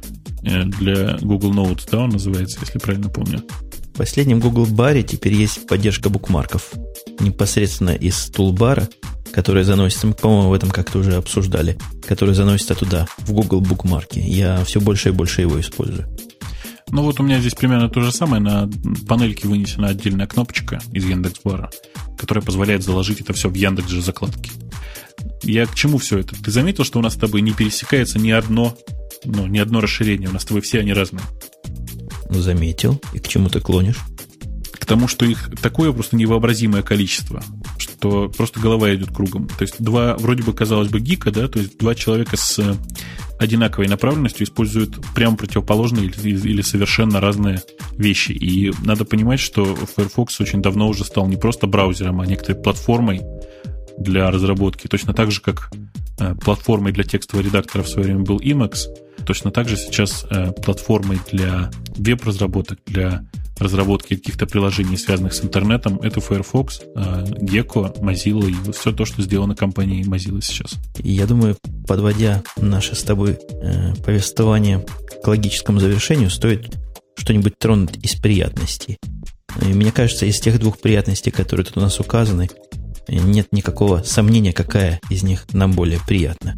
для Google Notes, да, он называется, если правильно помню. В последнем Google Баре теперь есть поддержка букмарков. Непосредственно из тулбара, который заносится, мы, по-моему, в этом как-то уже обсуждали, который заносится туда, в Google букмарки. Я все больше и больше его использую. Ну вот у меня здесь примерно то же самое. На панельке вынесена отдельная кнопочка из Яндекс.Бара, которая позволяет заложить это все в Яндекс же закладки. Я к чему все это? Ты заметил, что у нас с тобой не пересекается ни одно расширение? У нас с тобой все они разные. Заметил. И к чему ты клонишь? К тому, что их такое просто невообразимое количество, что просто голова идет кругом. То есть два, вроде бы, казалось бы, гика, да, то есть два человека с одинаковой направленностью используют прямо противоположные или совершенно разные вещи. И надо понимать, что Firefox очень давно уже стал не просто браузером, а некоторой платформой для разработки. Точно так же, как платформой для текстового редактора в свое время был Emacs, точно так же сейчас платформой для веб-разработок, для разработки каких-то приложений, связанных с интернетом, это Firefox, Gecko, Mozilla и все то, что сделано компанией Mozilla сейчас. Я думаю, подводя наше с тобой повествование к логическому завершению, стоит что-нибудь тронуть из приятностей. И мне кажется, из тех двух приятностей, которые тут у нас указаны, нет никакого сомнения, какая из них нам более приятна.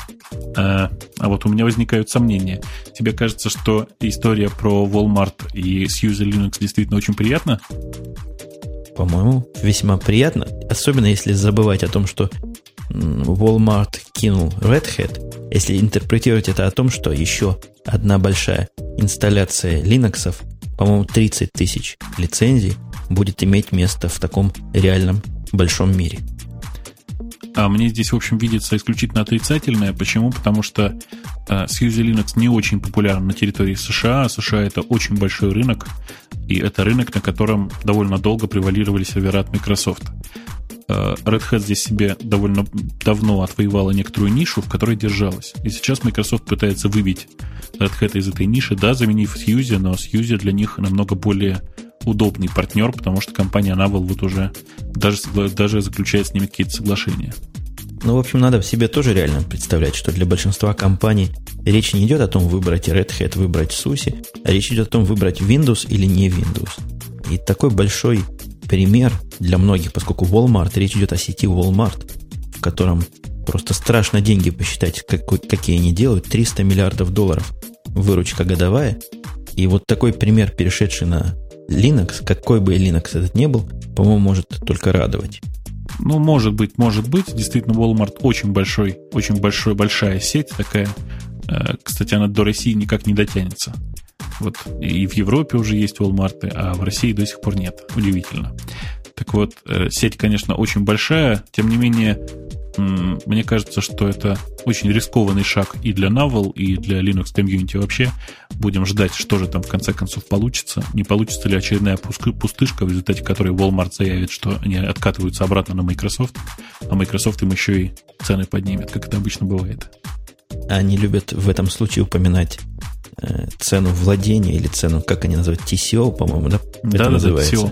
А вот у меня возникают сомнения. Тебе кажется, что история про Walmart и SUSE Linux действительно очень приятна? По-моему, весьма приятно. Особенно если забывать о том, что Walmart кинул Red Hat. Если интерпретировать это о том, что еще одна большая инсталляция Linux, по-моему, 30 тысяч лицензий, будет иметь место в таком реальном большом мире. А мне здесь, в общем, видится исключительно отрицательное. Почему? Потому что SUSE Linux не очень популярен на территории США. США – это очень большой рынок, и это рынок, на котором довольно долго превалировали сервера от Microsoft. Red Hat здесь себе довольно давно отвоевала некоторую нишу, в которой держалась. И сейчас Microsoft пытается выбить Red Hat из этой ниши, да, заменив Suse, но Suse для них намного более удобный партнер, потому что компания Navel вот уже даже заключает с ними какие-то соглашения. Ну, в общем, надо себе тоже реально представлять, что для большинства компаний речь не идет о том, выбрать Red Hat, выбрать SUSE, а речь идет о том, выбрать Windows или не Windows. И такой большой пример для многих, поскольку Walmart, речь идет о сети Walmart, в котором просто страшно деньги посчитать, какие они делают, $300 миллиардов выручка годовая. И вот такой пример, перешедший на Linux, какой бы Linux этот ни был, по-моему, может только радовать. Ну, может быть. Действительно, Walmart очень большая сеть такая. Кстати, она до России никак не дотянется. Вот и в Европе уже есть Walmart, а в России до сих пор нет. Удивительно. Так вот, сеть, конечно, очень большая. Тем не менее, мне кажется, что это очень рискованный шаг и для Navel, и для Linux Community вообще. Будем ждать, что же там в конце концов получится. Не получится ли очередная пустышка, в результате которой Walmart заявит, что они откатываются обратно на Microsoft, а Microsoft им еще и цены поднимет, как это обычно бывает. Они любят в этом случае упоминать цену владения или цену, как они называют, TCO, по-моему, да? Да, называется. TCO.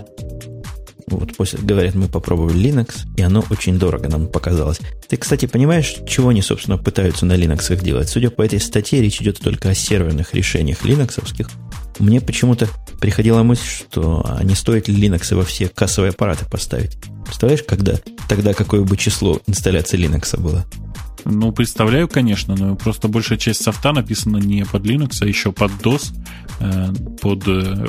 Вот после говорят, мы попробовали Linux, и оно очень дорого нам показалось. Ты, кстати, понимаешь, чего они, собственно, пытаются на Linux их делать? Судя по этой статье, речь идет только о серверных решениях линоксовских. Мне почему-то приходила мысль, что не стоит ли Linux во все кассовые аппараты поставить. Представляешь, тогда какое бы число инсталляции Linux было? Ну, представляю, конечно, но просто большая часть софта написана не под Linux, а еще под DOS, под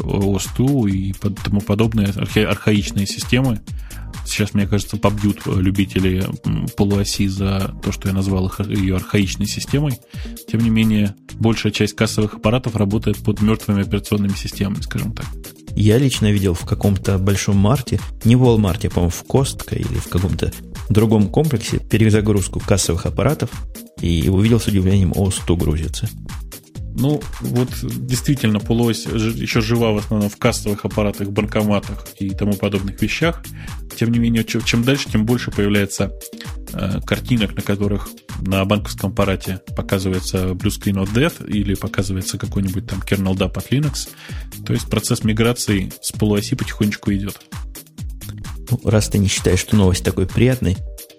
OS2 и под тому подобные архаичные системы. Сейчас, мне кажется, побьют любители полуоси за то, что я назвал ее архаичной системой. Тем не менее, большая часть кассовых аппаратов работает под мертвыми операционными системами, скажем так. Я лично видел в каком-то большом марте, не в Walmart, а, по-моему, в Costco или в каком-то другом комплексе перезагрузку кассовых аппаратов и увидел с удивлением, OS2 грузится. Ну, вот действительно, полуось еще жива в основном в кассовых аппаратах, банкоматах и тому подобных вещах. Тем не менее, чем дальше, тем больше появляется картинок, на которых на банковском аппарате показывается Blue Screen of Death или показывается какой-нибудь там kernel dump от Linux. То есть процесс миграции с полуоси потихонечку идет. Ну, раз ты не считаешь, что новость такой приятной,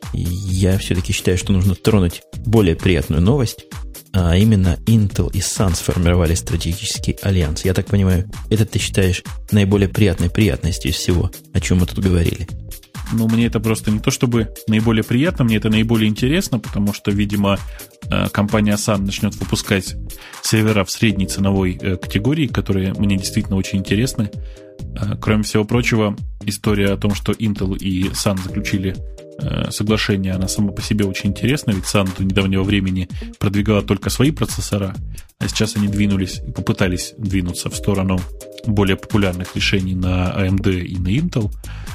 я все-таки считаю, что нужно тронуть более приятную новость, а именно Intel и Sun сформировали стратегический альянс. Я так понимаю, это ты считаешь наиболее приятностью из всего, о чем мы тут говорили. Ну, мне это просто не то чтобы наиболее приятно, мне это наиболее интересно, потому что, видимо, компания Sun начнет выпускать сервера в средней ценовой категории, которые мне действительно очень интересны. Кроме всего прочего, история о том, что Intel и Sun заключили соглашение, она сама по себе очень интересна, ведь Sun до недавнего времени продвигала только свои процессора, а сейчас они двинулись и попытались двинуться в сторону более популярных решений на AMD и на Intel.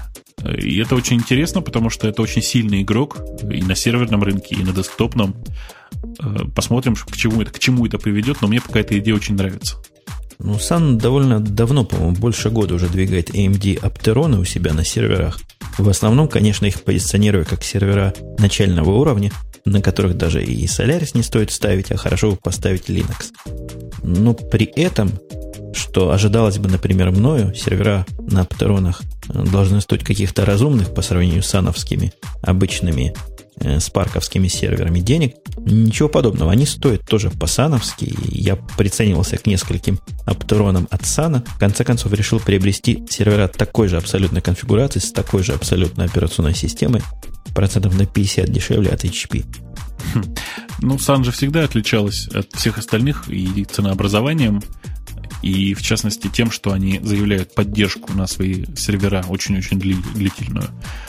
И это очень интересно, потому что это очень сильный игрок и на серверном рынке, и на десктопном. Посмотрим, к чему это приведет, но мне пока эта идея очень нравится. Ну, Sun довольно давно, по-моему, больше года уже двигает AMD Opteron у себя на серверах. В основном, конечно, их позиционируя как сервера начального уровня, на которых даже и Solaris не стоит ставить, а хорошо бы поставить Linux. Но при этом, что ожидалось бы, например, мною, сервера на Opteron'ах должны стоить каких-то разумных по сравнению с сановскими обычными спарковскими серверами денег. Ничего подобного. Они стоят тоже по-сановски. Я приценивался к нескольким Opteron'ам от Сана. В конце концов, решил приобрести сервера такой же абсолютной конфигурации, с такой же абсолютной операционной системой, процентов на 50 дешевле от HP. Ну, Sun же всегда отличалась от всех остальных и ценообразованием, и в частности тем, что они заявляют поддержку на свои сервера очень-очень длительную.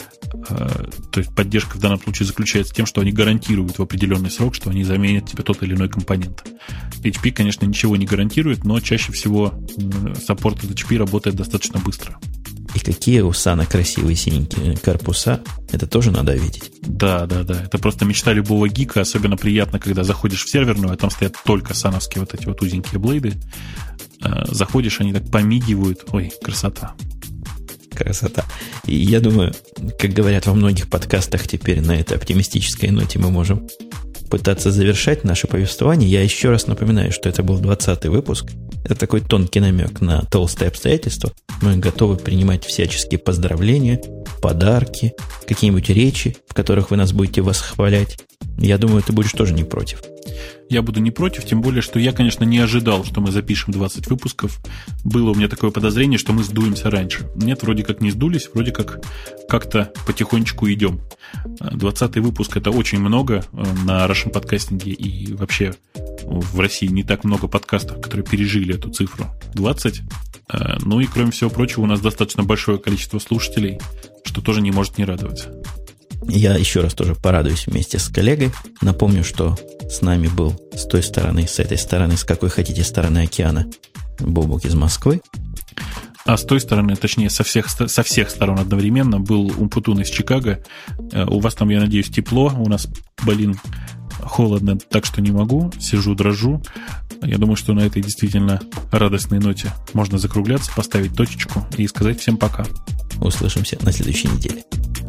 То есть поддержка в данном случае заключается в том, что они гарантируют в определенный срок, что они заменят тебе тот или иной компонент. HP, конечно, ничего не гарантирует, но чаще всего саппорт от HP работает достаточно быстро. И какие у Сана красивые синенькие корпуса, это тоже надо видеть. Да. Это просто мечта любого гика. Особенно приятно, когда заходишь в серверную, а там стоят только сановские вот эти вот узенькие блейды. Заходишь, они так помигивают. Ой, красота. Красота. И я думаю, как говорят во многих подкастах теперь, на этой оптимистической ноте мы можем пытаться завершать наше повествование. Я еще раз напоминаю, что это был 20-й выпуск. Это такой тонкий намек на толстые обстоятельства. Мы готовы принимать всяческие поздравления, подарки, какие-нибудь речи, в которых вы нас будете восхвалять. Я думаю, ты будешь тоже не против. Я буду не против, тем более, что я, конечно, не ожидал, что мы запишем 20 выпусков. Было у меня такое подозрение, что мы сдуемся раньше. Нет, вроде как не сдулись, вроде как как-то потихонечку идем. 20-й выпуск – это очень много на Russian подкастинге, и вообще в России не так много подкастов, которые пережили эту цифру 20. Ну и, кроме всего прочего, у нас достаточно большое количество слушателей, что тоже не может не радовать. Я еще раз тоже порадуюсь вместе с коллегой. Напомню, что с нами был с той стороны, с этой стороны, с какой хотите стороны океана, Бобук из Москвы. А с той стороны, точнее, со всех сторон одновременно был Умпутун из Чикаго. У вас там, я надеюсь, тепло. У нас, холодно, так что не могу. Сижу, дрожу. Я думаю, что на этой действительно радостной ноте можно закругляться, поставить точечку и сказать всем пока. Услышимся на следующей неделе.